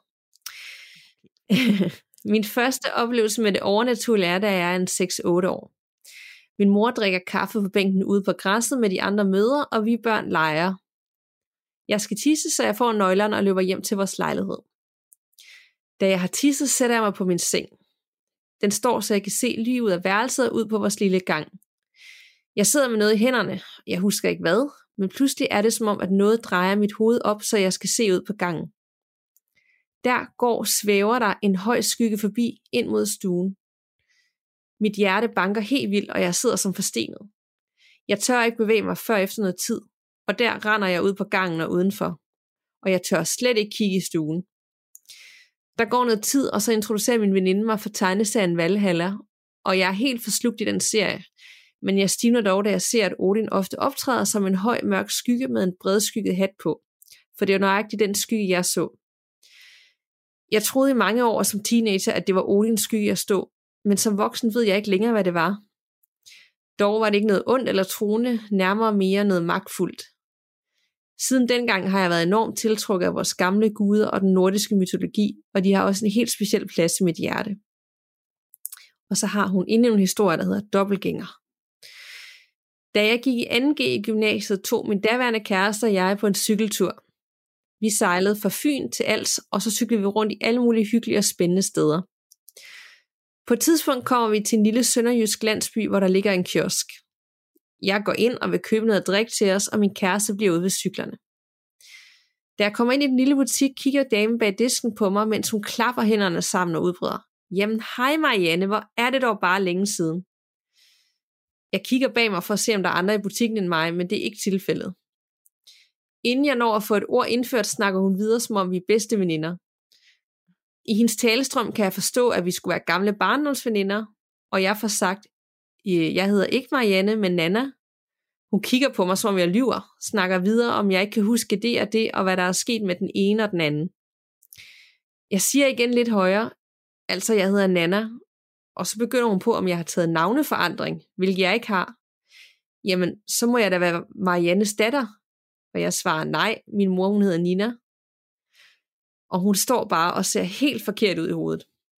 Min første oplevelse med det overnaturlige er, da jeg er en seks otte år. Min mor drikker kaffe på bænken ude på græsset med de andre mødre, og vi børn leger. Jeg skal tisse, så jeg får nøglerne og løber hjem til vores lejlighed. Da jeg har tisset, sætter jeg mig på min seng. Den står, så jeg kan se lige ud af værelset og ud på vores lille gang. Jeg sidder med noget i hænderne. Jeg husker ikke hvad, men pludselig er det som om, at noget drejer mit hoved op, så jeg skal se ud på gangen. Der går svæver der en høj skygge forbi ind mod stuen. Mit hjerte banker helt vildt, og jeg sidder som forstenet. Jeg tør ikke bevæge mig før efter noget tid, og der render jeg ud på gangen og udenfor. Og jeg tør slet ikke kigge i stuen. Der går noget tid, og så introducerer min veninde mig for tegneserien Valhalla, og jeg er helt forslugt i den serie. Men jeg stivner dog, da jeg ser, at Odin ofte optræder som en høj, mørk skygge med en bredskygget hat på. For det er jo nøjagtigt den skygge, jeg så. Jeg troede i mange år som teenager, at det var Odins skygge, jeg stod. Men som voksen ved jeg ikke længere, hvad det var. Dog var det ikke noget ondt eller truende, nærmere mere noget magtfuldt. Siden dengang har jeg været enormt tiltrukket af vores gamle guder og den nordiske mytologi, og de har også en helt speciel plads i mit hjerte. Og så har hun endnu en historie, der hedder Dobbeltgænger. Da jeg gik i anden G i gymnasiet, tog min daværende kæreste og jeg på en cykeltur. Vi sejlede fra Fyn til Als, og så cyklede vi rundt i alle mulige hyggelige og spændende steder. På et tidspunkt kommer vi til en lille sønderjysk landsby, hvor der ligger en kiosk. Jeg går ind og vil købe noget at drikke til os, og min kæreste bliver ude ved cyklerne. Da jeg kommer ind i den lille butik, kigger damen bag disken på mig, mens hun klapper hænderne sammen og udbryder. Jamen hej Marianne, hvor er det dog bare længe siden. Jeg kigger bag mig for at se, om der er andre i butikken end mig, men det er ikke tilfældet. Inden jeg når at få et ord indført, snakker hun videre, som om vi er bedste veninder. I hendes talestrøm kan jeg forstå, at vi skulle være gamle barndomsveninder, og jeg får sagt, jeg hedder ikke Marianne, men Nana. Hun kigger på mig, som om jeg lyver, snakker videre, om jeg ikke kan huske det og det, og hvad der er sket med den ene og den anden. Jeg siger igen lidt højere, altså jeg hedder Nana, og så begynder hun på, om jeg har taget navneforandring, hvilket jeg ikke har. Jamen, så må jeg da være Mariannes datter. Og jeg svarer nej, min mor hun hedder Nina. Og hun står bare og ser helt forkert ud i hovedet.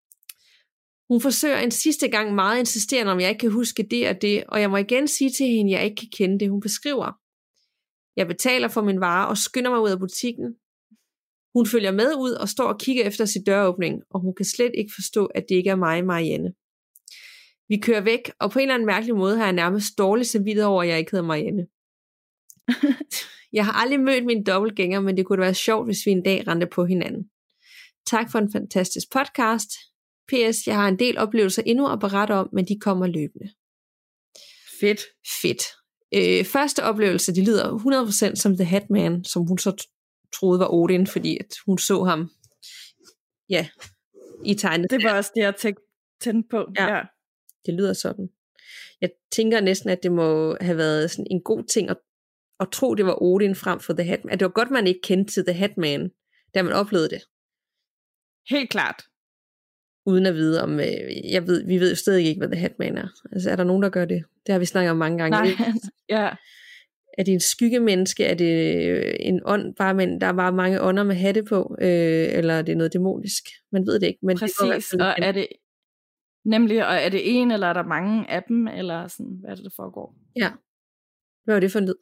Hun forsøger en sidste gang meget insisterende, om jeg ikke kan huske det og det, og jeg må igen sige til hende, at jeg ikke kan kende det, hun beskriver. Jeg betaler for min vare og skynder mig ud af butikken. Hun følger med ud og står og kigger efter sin døråbning, og hun kan slet ikke forstå, at det ikke er mig, Marianne. Vi kører væk, og på en eller anden mærkelig måde har jeg nærmest dårligt samvittighed over, at jeg ikke hedder Marianne. Jeg har aldrig mødt min dobbeltgænger, men det kunne da være sjovt, hvis vi en dag rendte på hinanden. Tak for en fantastisk podcast. P S. Jeg har en del oplevelser endnu at berette om, men de kommer løbende. Fedt. Fedt. Øh, første oplevelse, det lyder hundrede procent som The Hatman, som hun så t- troede var Odin, fordi at hun så ham ja, i tegnet. Det var også det, jeg tænkte på. Ja, ja, det lyder sådan. Jeg tænker næsten, at det må have været sådan en god ting at, at tro, det var Odin frem for The Hatman. At det var godt, man ikke kendte til The Hatman, da man oplevede det. Helt klart. Uden at vide om, øh, jeg ved, vi ved jo stadig ikke, hvad The Hatman er. Altså, er der nogen, der gør det? Det har vi snakket om mange gange. Nej, ja. Er det en skyggemenneske? Er det en ånd, bare, men der er bare mange ånder med hatte på? Øh, eller er det noget dæmonisk? Man ved det ikke. Men præcis, det og er det nemlig, og er det en, eller er der mange af dem, eller sådan, hvad er det, der foregår? Ja. Hvad var det for en lyd?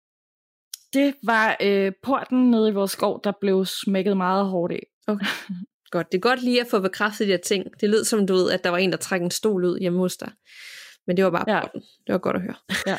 Det var øh, porten nede i vores skov, der blev smækket meget hårdt af. Okay. Godt. Det er godt lige at få bekræftet de her ting. Det lød som, du ved, at der var en, der trak en stol ud hjemme hos dig. Men det var bare Ja. på den. Det var godt at høre. Ja.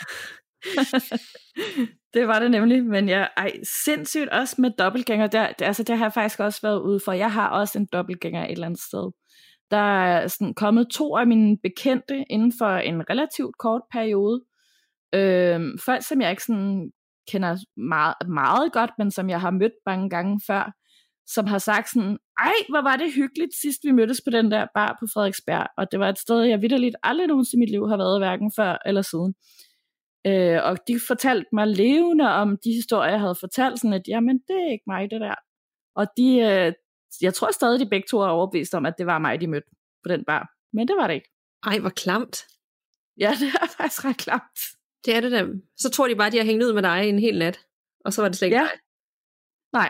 Det var det nemlig, men jeg, ej, sindssygt også med dobbeltgænger, der, det, altså det har jeg faktisk også været ude for. Jeg har også en dobbeltgænger et eller andet sted. Der er sådan kommet to af mine bekendte inden for en relativt kort periode. Øhm, folk, som jeg ikke sådan kender meget, meget godt, men som jeg har mødt mange gange før, som har sagt sådan, ej, hvor var det hyggeligt sidst vi mødtes på den der bar på Frederiksberg, og det var et sted, jeg vitterligt aldrig nogensinde i mit liv har været, hverken før eller siden. Øh, og de fortalte mig levende om de historier, jeg havde fortalt, sådan at, jamen, det er ikke mig, det der. Og de, øh, jeg tror stadig, de begge to er overbevist om, at det var mig, de mødte på den bar. Men det var det ikke. Ej, hvor klamt. Ja, det er faktisk ret klamt. Det er det dem. Så tror de bare, de har hængt ud med dig en hel nat. Og så var det slet ikke ja. dig. Nej.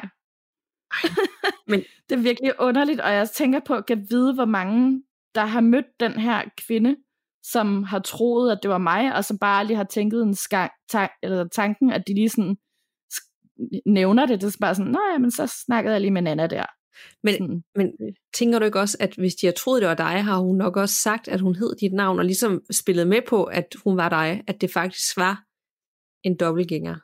Men det er virkelig underligt, og jeg tænker på at vide, hvor mange, der har mødt den her kvinde, som har troet, at det var mig, og som bare aldrig har tænket en skang, tank, eller tanken, at de lige sådan nævner det. Det er bare sådan, nej, men så snakkede jeg lige med Nana der. Men, sådan. men tænker du ikke også, at hvis de har troet, det var dig, har hun nok også sagt, at hun hed dit navn, og ligesom spillet med på, at hun var dig, at det faktisk var en dobbeltgænger?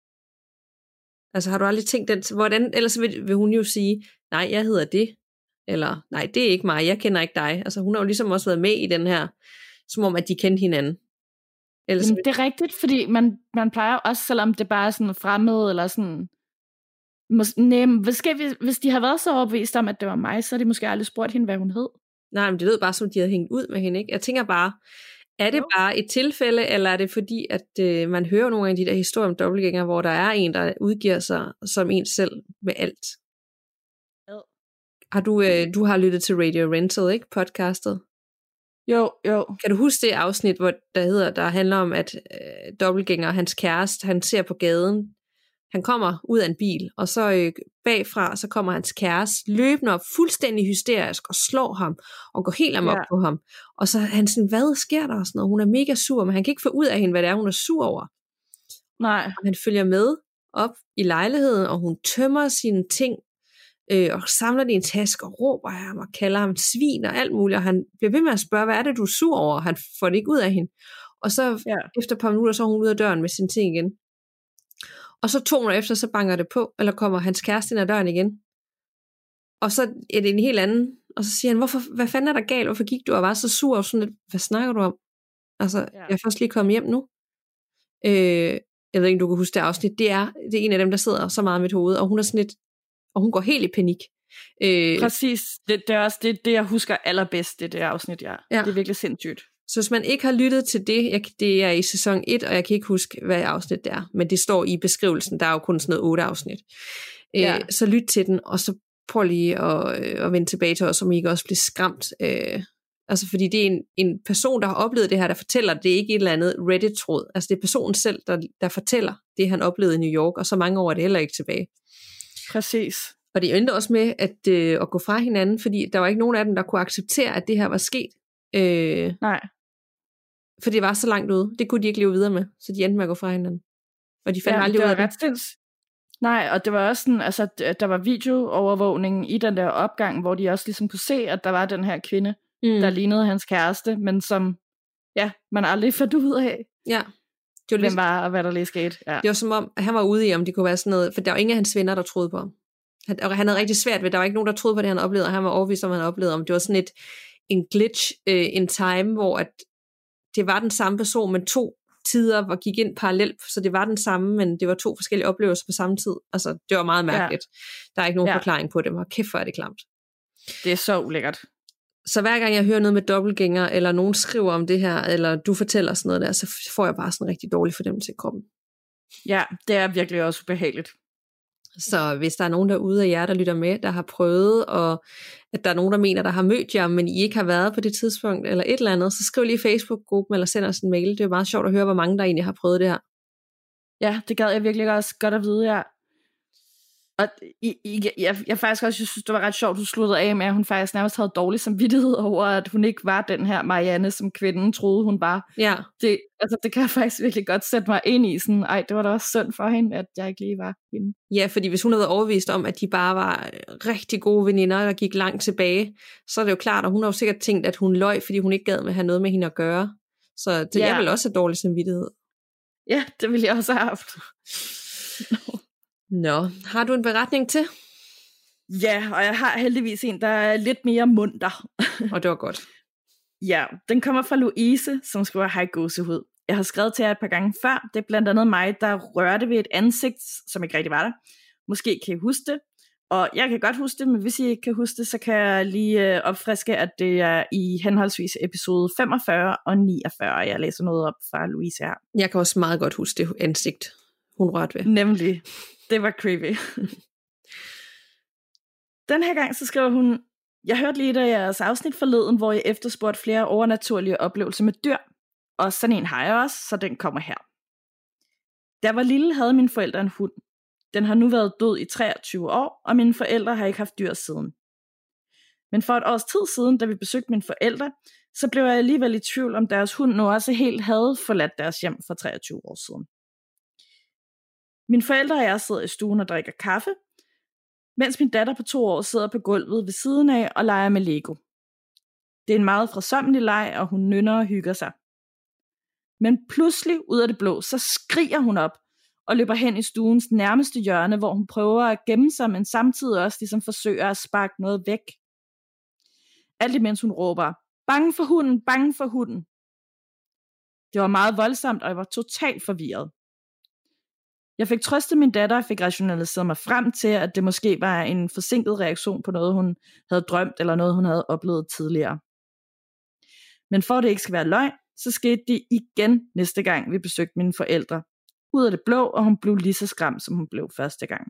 Altså har du aldrig tænkt den, hvordan, ellers vil, vil hun jo sige, nej, jeg hedder det, eller nej, det er ikke mig, jeg kender ikke dig. Altså hun har jo ligesom også været med i den her, som om at de kendte hinanden. Ellers Jamen, vil... det er rigtigt, fordi man, man plejer også, selvom det bare er sådan fremmed, eller sådan, mås- nej, måske, hvis, hvis de har været så overbevist om, at det var mig, så har de måske aldrig spurgt hende, hvad hun hed. Nej, men det lød bare som, de havde hængt ud med hende, ikke? Jeg tænker bare, er det bare et tilfælde, eller er det fordi, at øh, man hører nogle af de der historier om dobbeltgængere, hvor der er en, der udgiver sig som en selv med alt? Ja. Har du, øh, du har lyttet til Radio Rental, ikke? Podcastet? Jo, jo. Kan du huske det afsnit, hvor der hedder, der handler om, at øh, dobbeltgænger, hans kæreste, han ser på gaden, han kommer ud af en bil, og så øh, bagfra, så kommer hans kæreste løbende op, fuldstændig hysterisk, og slår ham, og går helt amok Ja. på ham. Og så er han sådan, hvad sker der? Og sådan noget. Hun er mega sur, men han kan ikke få ud af hende, hvad det er, hun er sur over. Nej. Og han følger med op i lejligheden, og hun tømmer sine ting, øh, og samler det i en taske, og råber af ham, og kalder ham svin, og alt muligt. Og han bliver ved med at spørge, hvad er det, du er sur over? Han får det ikke ud af hende. Og så Ja. efter et par minutter, så er hun ude af døren med sine ting igen. Og så to minutter efter, så banker det på, eller kommer hans kæreste ind ad døren igen. Og så er det en helt anden, og så siger han, Hvorfor, hvad fanden er der galt? Hvorfor gik du og var så sur? Og sådan lidt, hvad snakker du om? Altså, ja. Jeg er først lige kommet hjem nu. Øh, jeg ved ikke, om du kan huske det afsnit. Det er, det er en af dem, der sidder så meget i mit hoved, og hun er sådan lidt, og hun går helt i panik. Øh, Præcis. Det, det er også det, det, jeg husker allerbedst, det der afsnit, ja. Ja. Det er virkelig sindssygt. Så hvis man ikke har lyttet til det, jeg, det er i sæson et, og jeg kan ikke huske, hvad afsnit det er, men det står i beskrivelsen, der er jo kun sådan noget otte afsnit. Ja. Øh, så lyt til den, og så prøv lige at, øh, at vende tilbage til os, så I ikke også bliver skræmt. Øh, altså fordi det er en, en person, der har oplevet det her, der fortæller, det er ikke et eller andet Reddit-tråd. Altså det er personen selv, der, der fortæller det, han oplevede i New York, og så mange år er det heller ikke tilbage. Præcis. Og det endte også med at, øh, at gå fra hinanden, fordi der var ikke nogen af dem, der kunne acceptere, at det her var sket. Øh, Nej. For det var så langt ude. Det kunne de ikke leve videre med. Så de endte med at gå fra hinanden. Og de fandt Ja, aldrig det ud var af det. ret sinds. Nej, og det var også sådan, altså, der var videoovervågning i den der opgang, hvor de også ligesom kunne se, at der var den her kvinde, mm. der lignede hans kæreste, men som, ja, man aldrig fandt ud af, ja. Det var hvem ligesom, var, og hvad der lige skete. Ja. det var som om, at han var ude i, om det kunne være sådan noget, for der var ingen af hans venner, der troede på ham. Han, og han havde rigtig svært ved, der var ikke nogen, der troede på det, han oplevede, og han var overbevist om, han oplevede, om det var sådan et, en glitch uh, in time, hvor at det var den samme person, men to tider var, gik ind parallelt, så det var den samme, men det var to forskellige oplevelser på samme tid. Altså, det var meget mærkeligt. Ja. Der er ikke nogen ja. forklaring på det, men kæft, hvor er det klamt. Det er så ulækkert. Så hver gang jeg hører noget med dobbeltgænger, eller nogen skriver om det her, eller du fortæller sådan noget der, så får jeg bare sådan en rigtig dårlig fornemmelse i kroppen. Ja, det er virkelig også ubehageligt. Så hvis der er nogen derude af jer, der lytter med, der har prøvet, og at der er nogen, der mener, der har mødt jer, men I ikke har været på det tidspunkt, eller et eller andet, så skriv lige i Facebook-gruppen, eller send os en mail. Det er meget sjovt at høre, hvor mange der egentlig har prøvet det her. Ja, det gad jeg virkelig også godt at vide, ja. Og I, I, jeg, jeg faktisk også jeg synes, det var ret sjovt, du sluttede af med, at hun faktisk nærmest havde dårlig samvittighed over, at hun ikke var den her Marianne, som kvinden troede, hun var. Ja. Det, altså, det kan jeg faktisk virkelig godt sætte mig ind i. Sådan, ej, det var da også synd for hende, at jeg ikke lige var hende. Ja, fordi hvis hun havde været overbevist om, at de bare var rigtig gode veninder, der gik langt tilbage, så er det jo klart, og hun har jo sikkert tænkt, at hun løj, fordi hun ikke gad med at have noget med hende at gøre. Så det, Ja. jeg vil også have dårlig samvittighed. Ja, det ville jeg også have haft. Nå, har du en beretning til? Ja, og jeg har heldigvis en, der er lidt mere munter. Og det var godt. Ja, den kommer fra Louise, som skriver, hej gåsehud. Jeg har skrevet til jer et par gange før. Det er blandt andet mig, der rørte ved et ansigt, som ikke rigtig var der. Måske kan I huske det. Og jeg kan godt huske det, men hvis I ikke kan huske det, så kan jeg lige øh, opfriske, at det er i henholdsvis episode femogfyrre og niogfyrre. Jeg læser noget op fra Louise her. Jeg kan også meget godt huske det ansigt, hun rørte ved. Nemlig. Det var creepy. Den her gang så skriver hun, jeg hørte lige af jeres afsnit forleden, hvor jeg efterspurgte flere overnaturlige oplevelser med dyr. Og sådan en har jeg også, så den kommer her. Da jeg var lille, havde mine forældre en hund. Den har nu været død i treogtyve år, og mine forældre har ikke haft dyr siden. Men for et års tid siden, da vi besøgte mine forældre, så blev jeg alligevel i tvivl, om deres hund nu også helt havde forladt deres hjem for treogtyve år siden. Mine forældre og jeg sidder i stuen og drikker kaffe, mens min datter på to år sidder på gulvet ved siden af og leger med Lego. Det er en meget fredsomlig leg, og hun nynner og hygger sig. Men pludselig ud af det blå, så skriger hun op og løber hen i stuens nærmeste hjørne, hvor hun prøver at gemme sig, men samtidig også ligesom forsøger at sparke noget væk. Alt imens hun råber, bange for hunden, bange for hunden. Det var meget voldsomt, og jeg var totalt forvirret. Jeg fik trøstet min datter og fik rationaliseret mig frem til, at det måske var en forsinket reaktion på noget, hun havde drømt, eller noget, hun havde oplevet tidligere. Men for at det ikke skal være løgn, så skete det igen næste gang, vi besøgte mine forældre. Ud af det blå, og hun blev lige så skræmt, som hun blev første gang.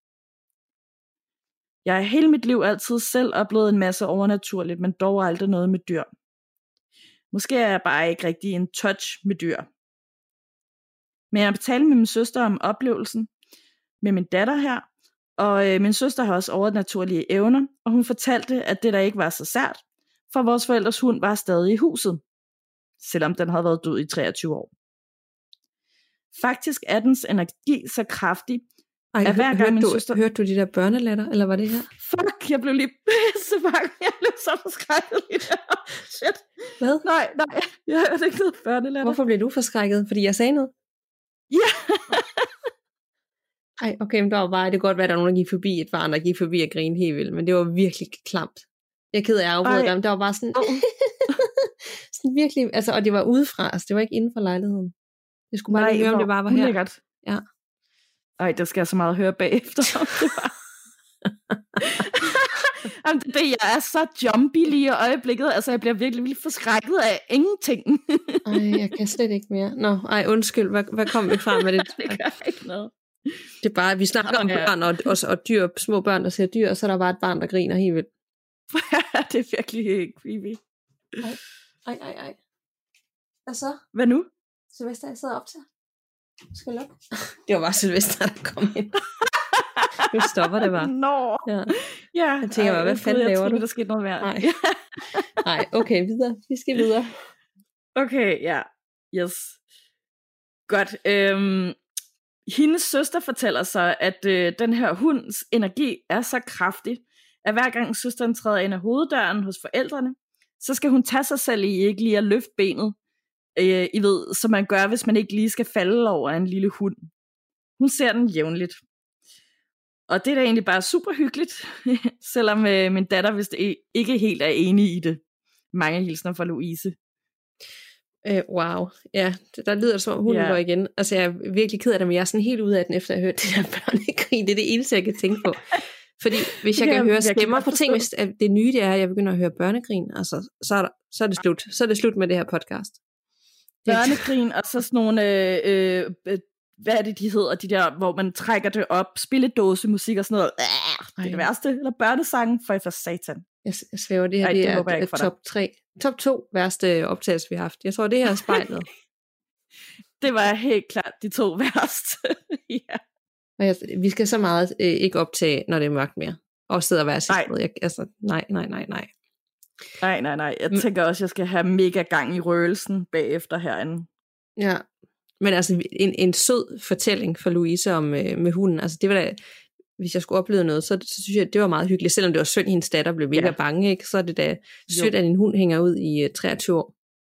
Jeg har hele mit liv altid selv oplevet en masse overnaturligt, men dog aldrig noget med dyr. Måske er jeg bare ikke rigtig en touch med dyr. Men jeg betalte med min søster om oplevelsen med min datter her, og øh, min søster har også overnaturlige evner, og hun fortalte, at det der ikke var så sært, for vores forældres hund var stadig i huset, selvom den havde været død i treogtyve år. Faktisk er dens energi så kraftig, Ej, at hver gang hørte, min du, søster... hørte du de der børnelatter, eller var det her? Fuck, jeg blev lige pissebange. Jeg blev så forskrækket lige der. Shit. Hvad? Nej, nej, jeg hørte ikke noget børnelatter. Hvorfor blev du forskrækket? Fordi jeg sagde noget? Ja. Ej, okay, men der var bare, det kan godt være, at der var nogen, der gik forbi et barn, der gik forbi og grinede helt vildt, men det var virkelig klamt. Jeg er ked af at afbryde dig, men der var bare sådan, sådan virkelig, altså, og det var udefra, altså det var ikke inden for lejligheden. Jeg skulle bare Nej, lige høre, om det bare var her. Ulækkert. Ja. Ej, der skal jeg så meget høre bagefter. Jamen, det, det, jeg er så jumpy lige i øjeblikket, altså jeg bliver virkelig, virkelig forskrækket af ingenting. Ej, jeg kan slet ikke mere. Nå, ej, undskyld, hvad, hvad kom vi fra med det? Det gør ikke noget. Det er bare, vi snakker om Ja. børn og, og, og dyr, små børn, der ser dyr, og så er der bare et barn, der griner helt vildt. Det er virkelig creepy. Ej, ej, ej, ej. Hvad så? Hvad nu? Sylvester, jeg sidder op til. Skal jeg lukke? Det var bare Sylvester, der kom ind. Nu stopper det bare. Nå. Ja. Ja. Jeg tænker bare, hvad fanden laver du? Der skete noget mere. Nej. Nej, okay, videre. Vi skal videre. Okay, ja. Yes. Godt. Øhm, hendes søster fortæller så, at øh, den her hunds energi er så kraftig, at hver gang søsteren træder ind af hoveddøren hos forældrene, så skal hun tage sig selv i ikke lige at løfte benet, øh, I ved, som man gør, hvis man ikke lige skal falde over en lille hund. Hun ser den jævnligt. Og det er da egentlig bare super hyggeligt, selvom øh, min datter vist ikke helt er enig i det. Mange hilsner fra Louise. Øh, wow, ja, der lyder det som om hunden Ja. går igen. Altså jeg er virkelig ked af det, men jeg er sådan helt ude af den, efter jeg har hørt det der børnegrin. Det er det eneste, jeg kan tænke på. Fordi hvis jeg Det kan kan høre jeg virkelig stemmer godt på ting, forstå. hvis det nye det er, at jeg begynder at høre børnegrin, altså, så, er der, så er det slut. Så er det slut med det her podcast. Det er- Børnegrin, og så sådan nogle, øh, øh, hvad er det, de hedder, de der, hvor man trækker det op, spilledåsemusik og sådan noget. Æh, det er Ej. det værste. Eller børnesangen, for for satan. Jeg, jeg svæver, det her Ej, det det er, håber jeg er ikke for dig. top tre. Top to værste optagelser, vi har haft. Jeg tror, det her er spejlet. Det var helt klart de to værste. Ja. Og jeg, vi skal så meget øh, ikke optage, når det er mørkt mere. Og sidde og være sidst Nej. med. Jeg, altså, nej, nej, nej, nej. Nej, nej, nej. Jeg Mm. tænker også, jeg skal have mega gang i røgelsen bagefter herinde. Ja, men altså en, en sød fortælling for Louise om øh, med hunden. Altså det var da, hvis jeg skulle opleve noget, så, så synes jeg, det var meget hyggeligt. Selvom det var synd, hendes datter blev mega Ja. bange, ikke? Så er det da Jo. sødt, at en hund hænger ud i øh, treogtyve år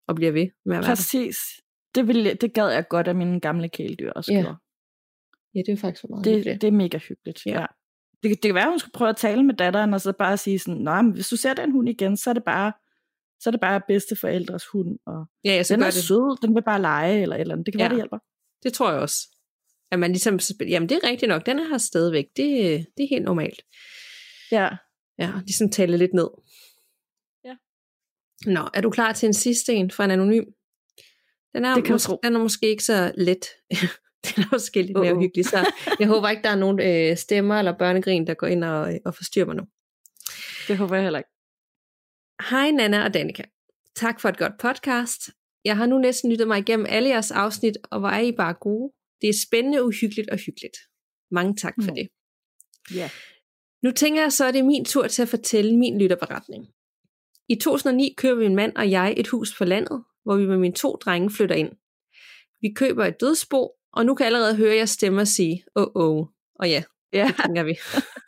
og bliver ved med at være Præcis. Det, ville, det gad jeg godt af mine gamle kæledyr også Ja. gjorde. Ja, det er faktisk meget Det, hyggeligt. det er mega hyggeligt. Ja. Ja. Det, det kan være, at hun skal prøve at tale med datteren, og så bare sige sådan, nej, men hvis du ser den hund igen, så er det bare, så er det bare bedste forældres hund, og Ja, ja, så den gør er det. sød, den vil bare lege, eller et eller andet. Det kan Ja. være, det hjælper. Det tror jeg også. At man ligesom, jamen det er rigtigt nok, den er her stadigvæk. Det, det er helt normalt. Ja. Ja, ligesom tale lidt ned. Ja. Nå, er du klar til en sidste en fra en anonym? Den er, Det kan du mås- tro. den er måske ikke så let. Den er måske lidt mere Uh-oh. hyggelig, så jeg håber ikke, der er nogen øh, stemmer eller børnegrin, der går ind og, og forstyrrer mig nu. Det håber jeg heller ikke. Hej Nana og Danika. Tak for et godt podcast. Jeg har nu næsten lyttet mig igennem alle jeres afsnit, og hvor er I bare gode. Det er spændende, uhyggeligt og hyggeligt. Mange tak for Mm. det. Ja. Nu tænker jeg så, at det er min tur til at fortælle min lytterberetning. I to tusind og ni køber min mand og jeg et hus på landet, hvor vi med mine to drenge flytter ind. Vi køber et dødsbo, og nu kan jeg allerede høre jeres stemmer sige, åh, oh, åh. Oh. Og ja, Ja, det tænker vi.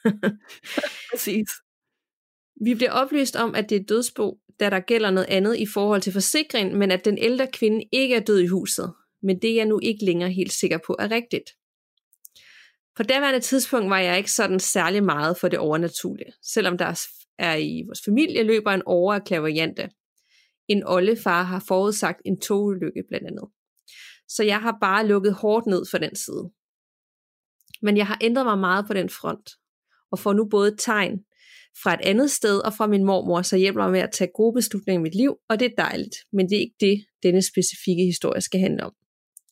præcis. Vi bliver oplyst om, at det er et dødsbo, da der gælder noget andet i forhold til forsikring, men at den ældre kvinde ikke er død i huset. Men det er jeg nu ikke længere helt sikker på er rigtigt. På daværende tidspunkt var jeg ikke sådan særlig meget for det overnaturlige, selvom der er i vores familie løber en over af klaverjante. En oldefar har forudsagt en togulykke blandt andet. Så jeg har bare lukket hårdt ned for den side. Men jeg har ændret mig meget på den front, og får nu både tegn fra et andet sted og fra min mormor, så hjælper mig med at tage gode beslutninger i mit liv, og det er dejligt, men det er ikke det, denne specifikke historie skal handle om.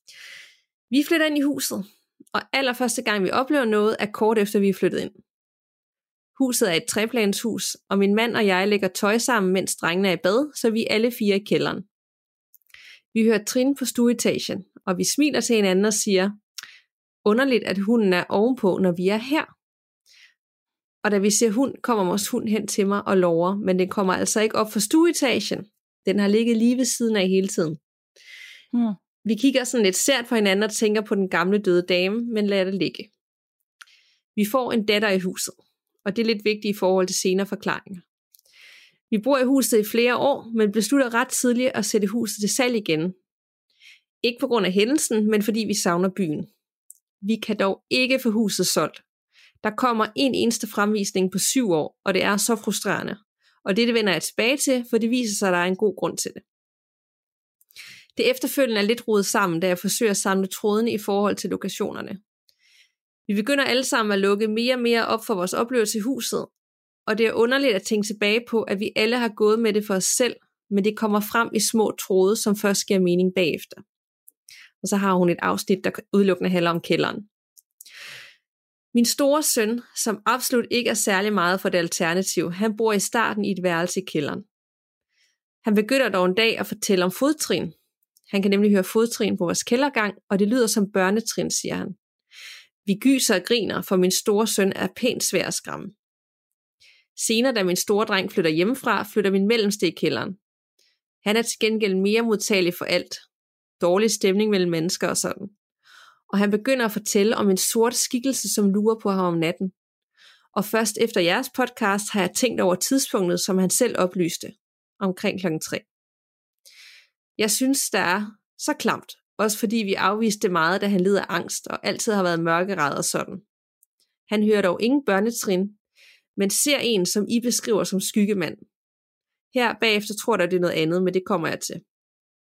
Vi flytter ind i huset, og allerførste gang vi oplever noget, er kort efter vi er flyttet ind. Huset er et treplanshus, og min mand og jeg lægger tøj sammen, mens drengene er i bad, så vi er alle fire i kælderen. Vi hører trin på stueetagen, og vi smiler til hinanden og siger, underligt, at hunden er ovenpå, når vi er her. Og da vi ser hund, kommer vores hund hen til mig og lover, men den kommer altså ikke op fra stueetagen. Den har ligget lige ved siden af hele tiden. Hmm. Vi kigger sådan lidt sært på hinanden og tænker på den gamle døde dame, men lader det ligge. Vi får en datter i huset, og det er lidt vigtigt i forhold til senere forklaringer. Vi bor i huset i flere år, men beslutter ret tidligt at sætte huset til salg igen. Ikke på grund af hændelsen, men fordi vi savner byen. Vi kan dog ikke få huset solgt. Der kommer en eneste fremvisning på syv år, og det er så frustrerende. Og det vender jeg tilbage til, for det viser sig, at der er en god grund til det. Det efterfølgende er lidt rodet sammen, da jeg forsøger at samle trådene i forhold til lokationerne. Vi begynder alle sammen at lukke mere og mere op for vores oplevelse i huset, og det er underligt at tænke tilbage på, at vi alle har gået med det for os selv, men det kommer frem i små tråde, som først giver mening bagefter. Og så har hun et afsnit, der udelukkende handler om kælderen. Min store søn, som absolut ikke er særlig meget for det alternativ, han bor i starten i et værelse i kælderen. Han begynder dog en dag at fortælle om fodtrin. Han kan nemlig høre fodtrin på vores kældergang, og det lyder som børnetrin, siger han. Vi gyser og griner, for min store søn er pænt svær at skræmme. Senere, da min store dreng flytter hjemmefra, flytter min mellemste i kælderen. Han er til gengæld mere modtagelig for alt. Dårlig stemning mellem mennesker og sådan. Og han begynder at fortælle om en sort skikkelse, som lurer på ham om natten. Og først efter jeres podcast har jeg tænkt over tidspunktet, som han selv oplyste, omkring klokken tre. Jeg synes, der er så klamt, også fordi vi afviste det meget, da han lider af angst, og altid har været mørkeret og sådan. Han hører dog ingen børnetrin, men ser en, som I beskriver som skyggemand. Her bagefter tror jeg, det er noget andet, men det kommer jeg til.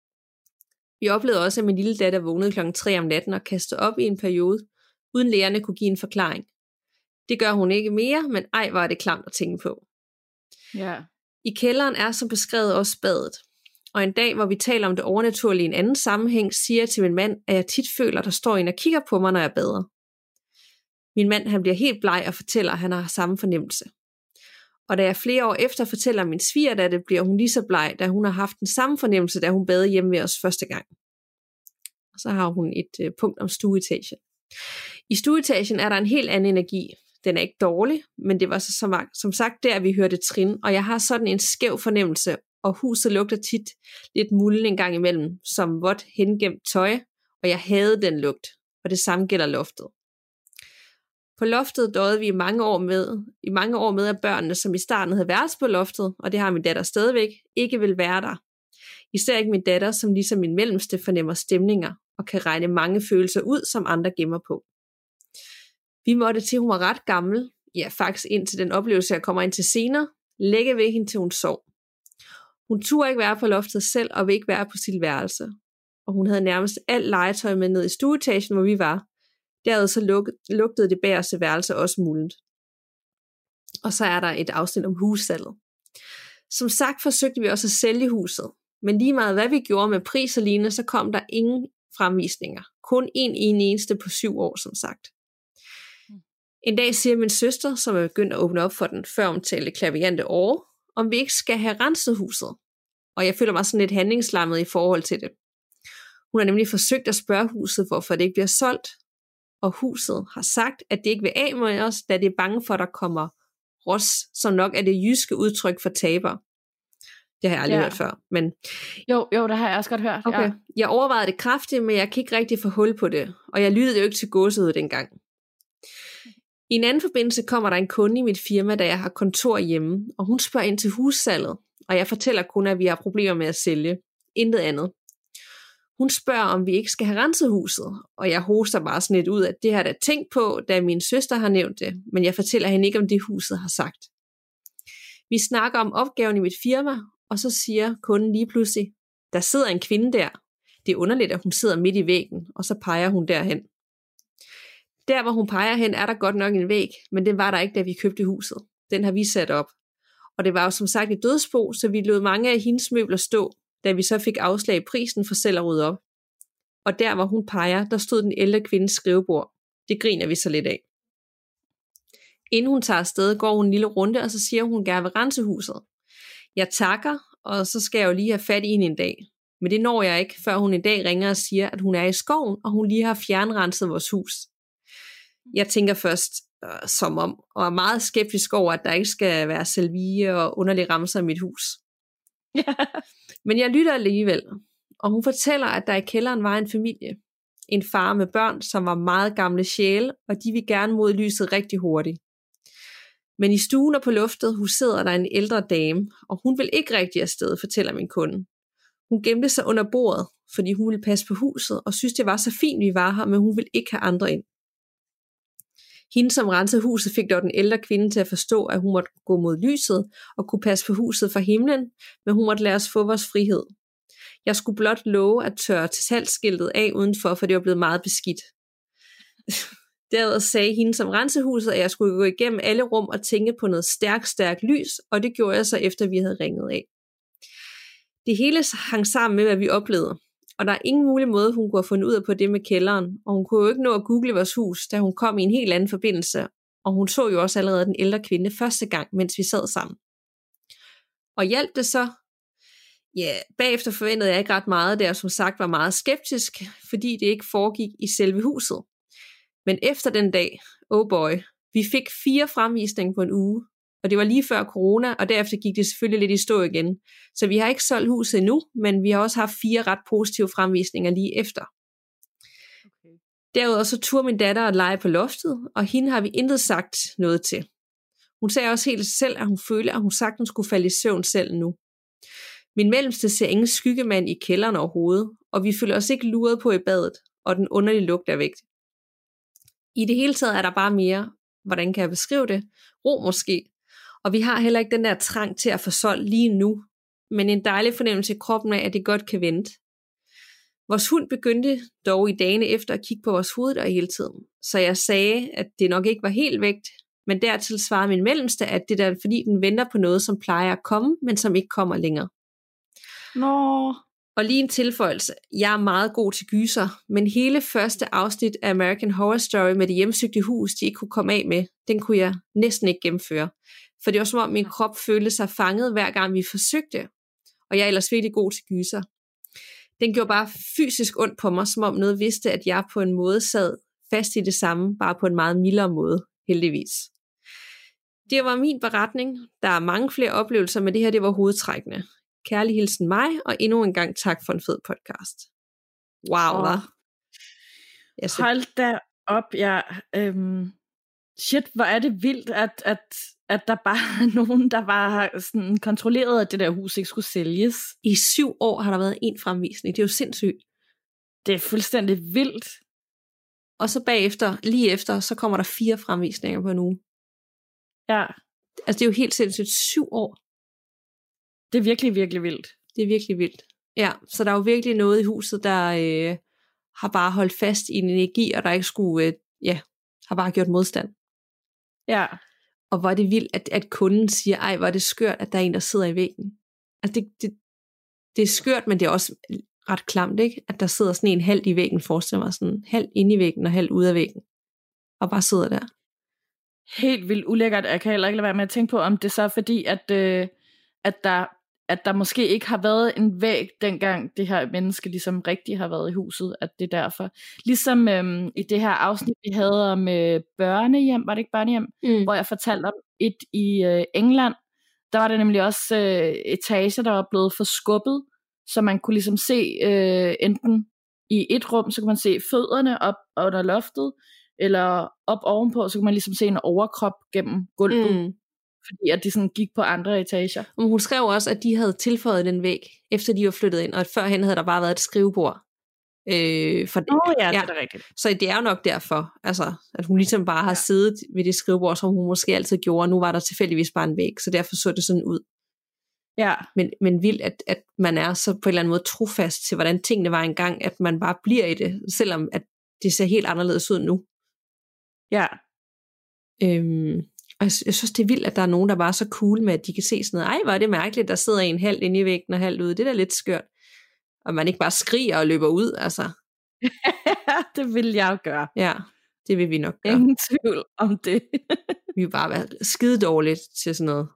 Vi oplevede også, at min lille datter vågnede klokken tre om natten og kastede op i en periode, uden lærerne kunne give en forklaring. Det gør hun ikke mere, men ej var det klamt at tænke på. Ja. I kælderen er som beskrevet også badet. Og en dag, hvor vi taler om det overnaturlige i en anden sammenhæng, siger jeg til min mand, at jeg tit føler, at der står en og kigger på mig, når jeg bader. Min mand han bliver helt bleg og fortæller, at han har samme fornemmelse. Og da jeg flere år efter fortæller min svigerdatter, bliver hun lige så bleg, da hun har haft den samme fornemmelse, da hun badede hjemme ved os første gang. Og så har hun et øh, punkt om stueetagen. I stueetagen er der en helt anden energi. Den er ikke dårlig, men det var så som, som sagt der, vi hørte trin, og jeg har sådan en skæv fornemmelse, og huset lugter tit lidt mulden en gang imellem, som vådt hengemt tøj, og jeg havde den lugt, og det samme gælder loftet. På loftet døjede vi i mange år med, i mange år med, at børnene, som i starten havde værelse på loftet, og det har min datter stadigvæk, ikke vil være der. Især ikke min datter, som ligesom min mellemste fornemmer stemninger og kan regne mange følelser ud, som andre gemmer på. Vi måtte til, hun var ret gammel, ja faktisk ind til den oplevelse, jeg kommer ind til senere, lægge ved hende til hun sov. Hun turde ikke være på loftet selv og ville ikke være på sit værelse. Og hun havde nærmest alt legetøj med ned i stueetagen, hvor vi var. Derud så luk- lugtede det bagerste værelse også muldent. Og så er der et afsnit om hussalget. Som sagt forsøgte vi også at sælge huset, men lige meget hvad vi gjorde med pris og lignende, så kom der ingen fremvisninger. Kun en en eneste på syv år, som sagt. En dag siger min søster, som er begyndt at åbne op for den føromtalte klaviante år, om vi ikke skal have renset huset. Og jeg føler mig sådan lidt handlingslammet i forhold til det. Hun har nemlig forsøgt at spørge huset, hvorfor det ikke bliver solgt. Og huset har sagt, at det ikke vil af med os, da det er bange for, at der kommer ros, som nok er det jyske udtryk for taber. Det har jeg aldrig ja. hørt før. Men jo, jo, det har jeg også godt hørt. Okay. Ja. Jeg overvejede det kraftigt, men jeg kan ikke rigtig få hul på det. Og jeg lyttede jo ikke til gåsehud dengang. I en anden forbindelse kommer der en kunde i mit firma, da jeg har kontor hjemme, og hun spørger ind til hussalget, og jeg fortæller kun, at vi har problemer med at sælge. Intet andet. Hun spørger, om vi ikke skal have renset huset, og jeg hoster bare sådan lidt ud, at det har jeg da tænkt på, da min søster har nævnt det, men jeg fortæller hende ikke, om det huset har sagt. Vi snakker om opgaven i mit firma, og så siger kunden lige pludselig, der sidder en kvinde der. Det er underligt, at hun sidder midt i væggen, og så peger hun derhen. Der, hvor hun peger hen, er der godt nok en væg, men den var der ikke, da vi købte huset. Den har vi sat op. Og det var jo som sagt et dødsbo, så vi lod mange af hendes møbler stå, da vi så fik afslag i prisen for selv at rydde op. Og der, hvor hun peger, der stod den ældre kvindes skrivebord. Det griner vi så lidt af. Inden hun tager afsted, går hun en lille runde, og så siger hun, hun gerne vil rense huset. Jeg takker, og så skal jeg jo lige have fat i hende en dag. Men det når jeg ikke, før hun en dag ringer og siger, at hun er i skoven, og hun lige har fjernrenset vores hus. Jeg tænker først øh, som om, og er meget skeptisk over, at der ikke skal være salvie og underlige ramser i mit hus. Men jeg lytter alligevel, og hun fortæller, at der i kælderen var en familie. En far med børn, som var meget gamle sjæle, og de vil gerne mod lyset rigtig hurtigt. Men i stuen og på loftet huserede der en ældre dame, og hun vil ikke rigtig afsted, fortæller min kunde. Hun gemte sig under bordet, fordi hun ville passe på huset, og synes det var så fint, vi var her, men hun ville ikke have andre ind. Hende, som rensede huset, fik dog den ældre kvinde til at forstå, at hun måtte gå mod lyset og kunne passe på huset fra himlen, men hun måtte lade os få vores frihed. Jeg skulle blot love at tørre til salgsskiltet af udenfor, for det var blevet meget beskidt. Derudover sagde hende, som rensede huset, at jeg skulle gå igennem alle rum og tænke på noget stærkt, stærkt lys, og det gjorde jeg så efter, vi havde ringet af. Det hele hang sammen med, hvad vi oplevede. Og der er ingen mulig måde, hun kunne have fundet ud af på det med kælderen. Og hun kunne jo ikke nå at google vores hus, da hun kom i en helt anden forbindelse. Og hun så jo også allerede den ældre kvinde første gang, mens vi sad sammen. Og hjalp det så? Ja, bagefter forventede jeg ikke ret meget, da jeg som sagt var meget skeptisk, fordi det ikke foregik i selve huset. Men efter den dag, oh boy, vi fik fire fremvisninger på en uge. Og det var lige før corona, og derefter gik det selvfølgelig lidt i stå igen. Så vi har ikke solgt huset endnu, men vi har også haft fire ret positive fremvisninger lige efter. Okay. Derudover så turde min datter at lege på loftet, og hende har vi intet sagt noget til. Hun sagde også helt selv, at hun følte, at hun sagtens skulle falde i søvn selv nu. Min mellemste ser ingen skyggemand i kælderen overhovedet, og vi føler os ikke luret på i badet, og den underlige lugt er væk. I det hele taget er der bare mere, hvordan kan jeg beskrive det? Ro måske. Og vi har heller ikke den der trang til at få solgt lige nu, men en dejlig fornemmelse i kroppen af, at det godt kan vente. Vores hund begyndte dog i dagene efter at kigge på vores hoveddør hele tiden, så jeg sagde, at det nok ikke var helt væk, men dertil svarede min mellemste, at det er fordi den venter på noget, som plejer at komme, men som ikke kommer længere. Nå. Og lige en tilføjelse. Jeg er meget god til gyser, men hele første afsnit af American Horror Story med det hjemsøgte hus, de ikke kunne komme af med, den kunne jeg næsten ikke gennemføre. For det var som om min krop følte sig fanget, hver gang vi forsøgte. Og jeg er ellers virkelig god til gyser. Den gjorde bare fysisk ondt på mig, som om noget vidste, at jeg på en måde sad fast i det samme, bare på en meget mildere måde, heldigvis. Det var min beretning. Der er mange flere oplevelser, men det her det var hovedtrækkende. Kærlig hilsen mig, og endnu en gang tak for en fed podcast. Wow, oh. hva'? Så... Hold da op, ja. Øhm, shit, hvor er det vildt, at, at at der bare er nogen, der bare har sådan kontrolleret, at det der hus ikke skulle sælges. I syv år har der været en fremvisning. Det er jo sindssygt. Det er fuldstændig vildt. Og så bagefter, lige efter, så kommer der fire fremvisninger på en uge. Ja. Altså det er jo helt sindssygt. Syv år. Det er virkelig, virkelig vildt. Det er virkelig vildt. Ja, så der er jo virkelig noget i huset, der øh, har bare holdt fast i en energi, og der ikke skulle, øh, ja, har bare gjort modstand. Ja. Og hvor er det vildt, at, at kunden siger, ej, hvor er det skørt, at der er en, der sidder i væggen. Altså det, det, det er skørt, men det er også ret klamt, ikke? At der sidder sådan en halvt i væggen, forestiller mig sådan halvt inde i væggen og halvt ude af væggen. Og bare sidder der. Helt vildt ulækkert. Jeg kan heller ikke lade være med at tænke på, om det så er fordi, at, øh, at, der, at der måske ikke har været en væg, dengang det her menneske ligesom rigtig har været i huset, at det er derfor. Ligesom øhm, i det her afsnit, vi havde om øh, børnehjem, var det ikke børnehjem, mm. hvor jeg fortalte om et i øh, England, der var det nemlig også øh, etager, der var blevet forskubbet, så man kunne ligesom se øh, enten i et rum, så kunne man se fødderne op under loftet, eller op ovenpå, så kunne man ligesom se en overkrop gennem gulvet, mm. fordi at de sådan gik på andre etager. Og hun skrev også, at de havde tilføjet den væg, efter de var flyttet ind, og at førhen havde der bare været et skrivebord. Øh, for det. Åh oh, ja, ja, det er rigtigt. Så det er jo nok derfor, altså, at hun ligesom bare har ja. siddet ved det skrivebord, som hun måske altid gjorde, og nu var der tilfældigvis bare en væg, så derfor så det sådan ud. Ja. Men, men vildt, at, at man er så på en eller anden måde trofast til, hvordan tingene var engang, at man bare bliver i det, selvom at det ser helt anderledes ud nu. Ja. Øhm, og jeg, jeg synes, det er vildt, at der er nogen, der bare er så cool med, at de kan se sådan noget. Ej, hvor er det mærkeligt, der sidder en halvt inde i væggen og halvt ude. Det er da lidt skørt. Og man ikke bare skriger og løber ud, altså. Det vil jeg jo gøre. Ja, det vil vi nok gøre. Ingen tvivl om det. Vi vil bare være skide dårligt til sådan noget.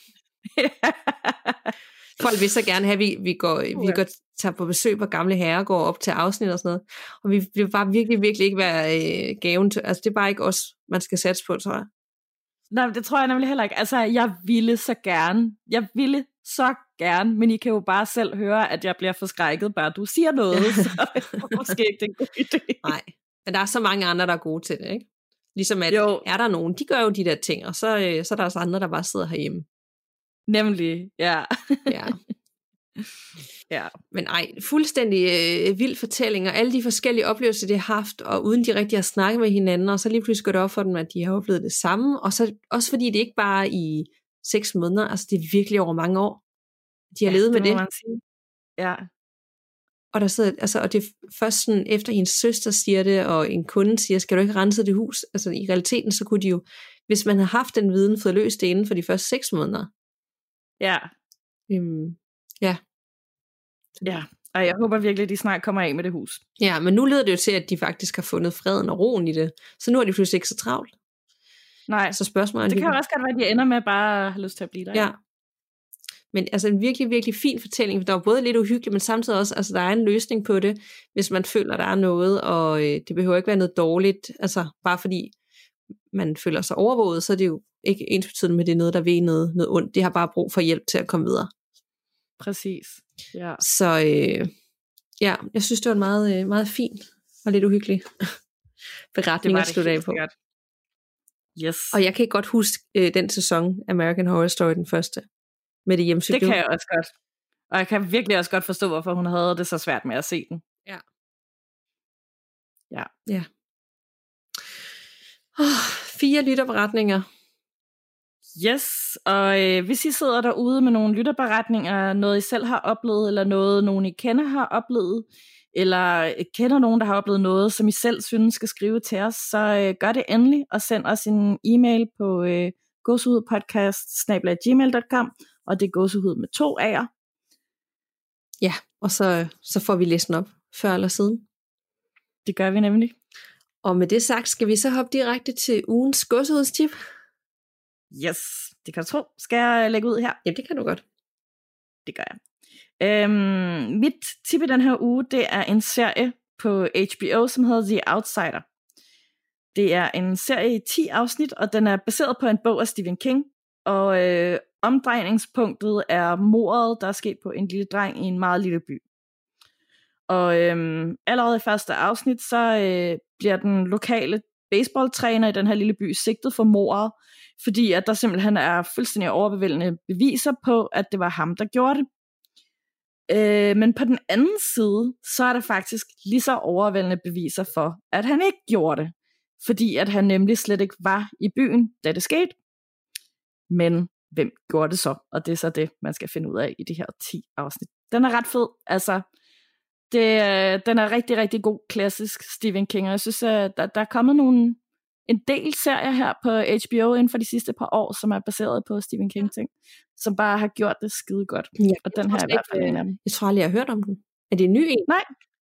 Folk vil så gerne have, at vi, vi, går, vi går, tager på besøg på gamle herrer, går op til afsnit og sådan noget. Og vi vil bare virkelig, virkelig ikke være øh, gaven til, altså det er bare ikke os, man skal satse på, tror jeg. Nej, det tror jeg nemlig heller ikke. Altså, jeg ville så gerne. Jeg ville så gerne, men I kan jo bare selv høre, at jeg bliver forskrækket, bare du siger noget, så måske ikke det er en god idé. Nej, men der er så mange andre, der er gode til det, ikke? Ligesom at, jo. Er der nogen, de gør jo de der ting, og så, øh, så er der også andre, der bare sidder herhjemme. Nemlig, ja. Ja. Ja. Men ej, fuldstændig øh, vild fortælling, og alle de forskellige oplevelser, de har haft, og uden de rigtig har snakket med hinanden, og så lige pludselig går det op for dem, at de har oplevet det samme, og så også fordi det ikke bare i seks måneder, altså det er virkelig over mange år, de har ja, levet med det. Man sige. Ja. Og der sidder, altså, og det er først sådan, efter hendes søster siger det, og en kunde siger, skal du ikke rense det hus? Altså i realiteten, så kunne de jo, hvis man havde haft den viden, fået løst det inden for de første seks måneder. Ja. Øhm, ja. Ja, og jeg håber virkelig, at de snart kommer af med det hus. Ja, men nu leder det jo til, at de faktisk har fundet freden og roen i det. Så nu er de pludselig ikke så travlt. Nej, så spørgsmålet, det kan jo også godt være, at de ender med bare at have lyst til at blive der. Ja. Men altså en virkelig, virkelig fin fortælling. Der var både lidt uhyggeligt, men samtidig også, altså der er en løsning på det, hvis man føler, der er noget, og øh, det behøver ikke være noget dårligt. Altså bare fordi man føler sig overvåget, så er det jo ikke ensbetydende med, det er noget, der ved noget, noget ondt. Det har bare brug for hjælp til at komme videre. Præcis, ja. Så øh, ja, jeg synes, det var en meget, øh, meget fin og lidt uhyggelig beretning at slutte af på. Sikkert. Yes. Og jeg kan godt huske øh, den sæson, American Horror Story, den første, med det hjemsøgte. Det kan jeg også godt. Og jeg kan virkelig også godt forstå, hvorfor hun havde det så svært med at se den. Ja. Ja. Ja. Oh, fire lytterberetninger. Yes, og øh, hvis I sidder derude med nogle lytterberetninger, noget I selv har oplevet, eller noget nogen I kender har oplevet, eller kender nogen, der har oplevet noget, som I selv synes skal skrive til os, så øh, gør det endelig, og send os en e-mail på øh, gåsehudpodcast snabel-a gmail punktum com, og det er gåsehud med to A'er. Ja, og så, så får vi læst den op, før eller siden. Det gør vi nemlig. Og med det sagt, skal vi så hoppe direkte til ugens gåsehudstip? Yes, det kan du tro. Skal jeg lægge ud her? Ja, det kan du godt. Det gør jeg. Øhm, mit tip i den her uge, det er en serie på H B O, som hedder The Outsider. Det er en serie i ti afsnit, og den er baseret på en bog af Stephen King. Og øh, omdrejningspunktet er mordet, der er sket på en lille dreng i en meget lille by. Og øhm, allerede i første afsnit, så øh, bliver den lokale baseballtræner i den her lille by sigtet for mordet, fordi at der simpelthen er fuldstændig overbevældende beviser på, at det var ham, der gjorde det. Øh, men på den anden side, så er der faktisk lige så overvældende beviser for, at han ikke gjorde det, fordi at han nemlig slet ikke var i byen, da det skete. Men hvem gjorde det så? Og det er så det, man skal finde ud af i de her ti afsnit. Den er ret fed, altså. Det, den er rigtig, rigtig god klassisk Stephen King, og jeg synes, at der, der er kommet nogle, en del serier her på H B O inden for de sidste par år, som er baseret på Stephen King-ting, som bare har gjort det skide godt. Ja, og den her er i hvert fald en af dem. Jeg tror aldrig, jeg har hørt om den. Er det en ny en? Nej.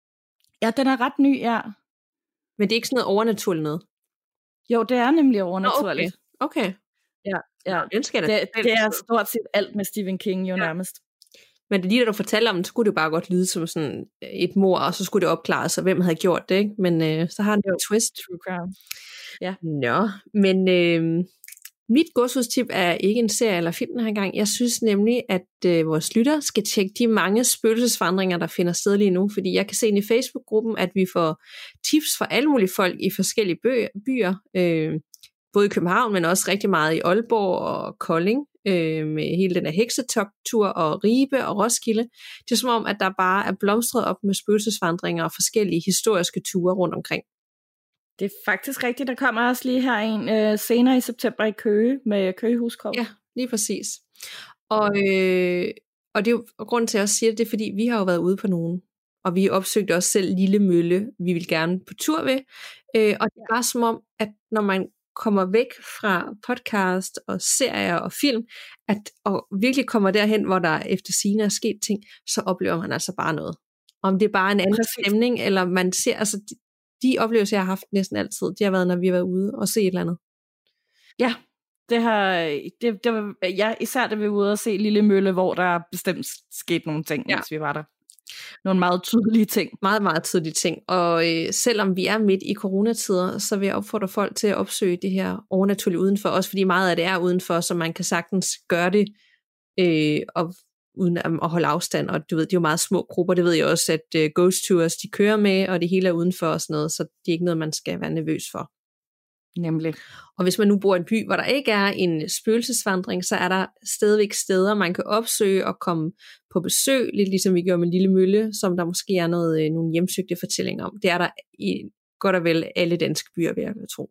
Ja, den er ret ny, ja. Men det er ikke sådan noget overnaturligt noget? Jo, det er nemlig overnaturligt. Okay. okay. Ja, ja. Nå, den skal det, det, det er stort set alt med Stephen King jo ja. nærmest. Men lige da du fortalte om det, så kunne det bare godt lyde som sådan et mord, og så skulle det opklares, og hvem havde gjort det, ikke? Men øh, så har den jo et twist. True crime. Ja. Nå, men øh, mit godshustip er ikke en serie eller film den her gang. Jeg synes nemlig, at øh, vores lytter skal tjekke de mange spøgelsesvandringer, der finder sted lige nu, fordi jeg kan se ind i Facebook-gruppen, at vi får tips fra alle mulige folk i forskellige bø- byer, øh, både i København, men også rigtig meget i Aalborg og Kolding, øh, med hele den her heksetogtur og Ribe og Roskilde. Det er som om, at der bare er blomstret op med spøgelsesvandringer og forskellige historiske ture rundt omkring. Det er faktisk rigtigt. Der kommer også lige her en øh, senere i september i Køge med Køgehuskov. Ja, lige præcis. Og, øh, og det er jo og grunden til, at jeg også siger det, det er, fordi vi har jo været ude på nogen, og vi opsøgte også selv Lille Mølle, vi vil gerne på tur ved. Øh, og det er bare som om, at når man kommer væk fra podcast og serier og film, at, og virkelig kommer derhen, hvor der efter sigende er sket ting, så oplever man altså bare noget. Om det er bare en anden Præcis. stemning, eller man ser, altså de, de oplevelser, jeg har haft næsten altid, de har været, når vi har været ude og se et eller andet. Ja, det har, det, det var, ja, især da vi var ude og se Lille Mølle, hvor der bestemt skete nogle ting, ja. mens vi var der. Nogle meget tydelige ting. Meget, meget tydelige ting. Og øh, selvom vi er midt i coronatider, så vil jeg opfordre folk til at opsøge det her overnaturligt udenfor, også fordi meget af det er udenfor, så man kan sagtens gøre det, øh, og, uden at holde afstand. Og du ved, det er jo meget små grupper, det ved jeg også, at øh, ghost tours, de kører med, og det hele er udenfor og sådan noget, så det er ikke noget, man skal være nervøs for. Nemlig. Og hvis man nu bor i en by, hvor der ikke er en spøgelsesvandring, så er der stadigvæk steder, man kan opsøge og komme på besøg, lidt ligesom vi gjorde med Lille Mølle, som der måske er noget, nogle hjemsøgte fortællinger om. Det er der i godt og vel alle danske byer, vil jeg tro.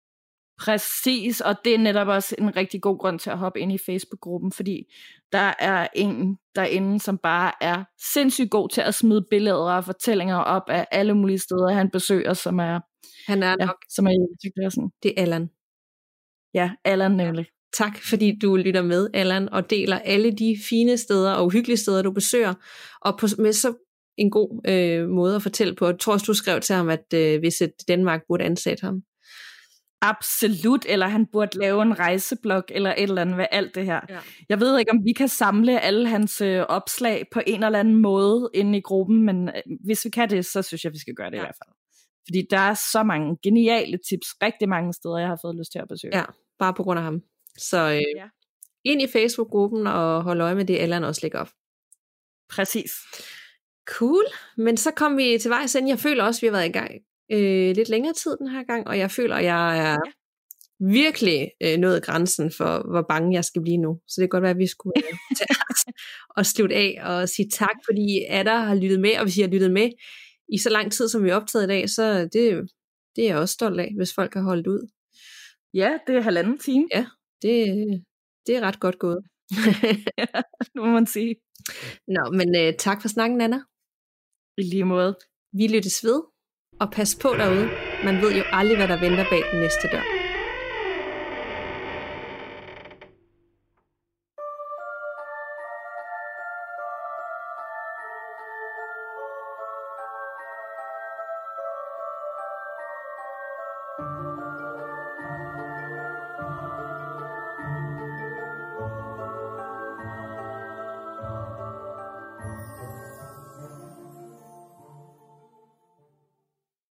Præcis, og det er netop også en rigtig god grund til at hoppe ind i Facebook-gruppen, fordi der er en derinde, som bare er sindssygt god til at smide billeder og fortællinger op af alle mulige steder, han besøger, som er Han er ja, nok, som er sådan. Det er Allan. Ja, Allan nemlig. Tak fordi du lytter med, Allan, og deler alle de fine steder og uhyggelige steder, du besøger, og på, med så en god øh, måde at fortælle på. Jeg tror også, du skrev til ham, at øh, Visit Danmark burde ansætte ham. Absolut, eller han burde lave en rejseblog, eller et eller andet med alt det her. Ja. Jeg ved ikke, om vi kan samle alle hans øh, opslag på en eller anden måde inde i gruppen, men øh, hvis vi kan det, så synes jeg, vi skal gøre det ja. i hvert fald. Fordi der er så mange geniale tips, rigtig mange steder, jeg har fået lyst til at besøge. Ja, bare på grund af ham. Så øh, ja. ind i Facebook-gruppen og hold øje med det, Allan også lægger op. Præcis. Cool, men så kom vi til vejs ende. Jeg føler også, at vi har været i gang øh, lidt længere tid den her gang, og jeg føler, at jeg er ja. virkelig øh, nået grænsen for, hvor bange jeg skal blive nu. Så det kan godt være, at vi skulle øh, tage og slutte af og sige tak, fordi Adder har lyttet med, og hvis I har lyttet med i så lang tid, som vi er optaget i dag, så det, det er jeg også stolt af, hvis folk har holdt ud. Ja, det er halvanden time. Ja, det, det er ret godt gået. Ja, det må man sige. Nå, men øh, tak for snakken, Anna. I lige måde. Vi lyttes ved, og pas på derude. Man ved jo aldrig, hvad der venter bag den næste dør. Thank you.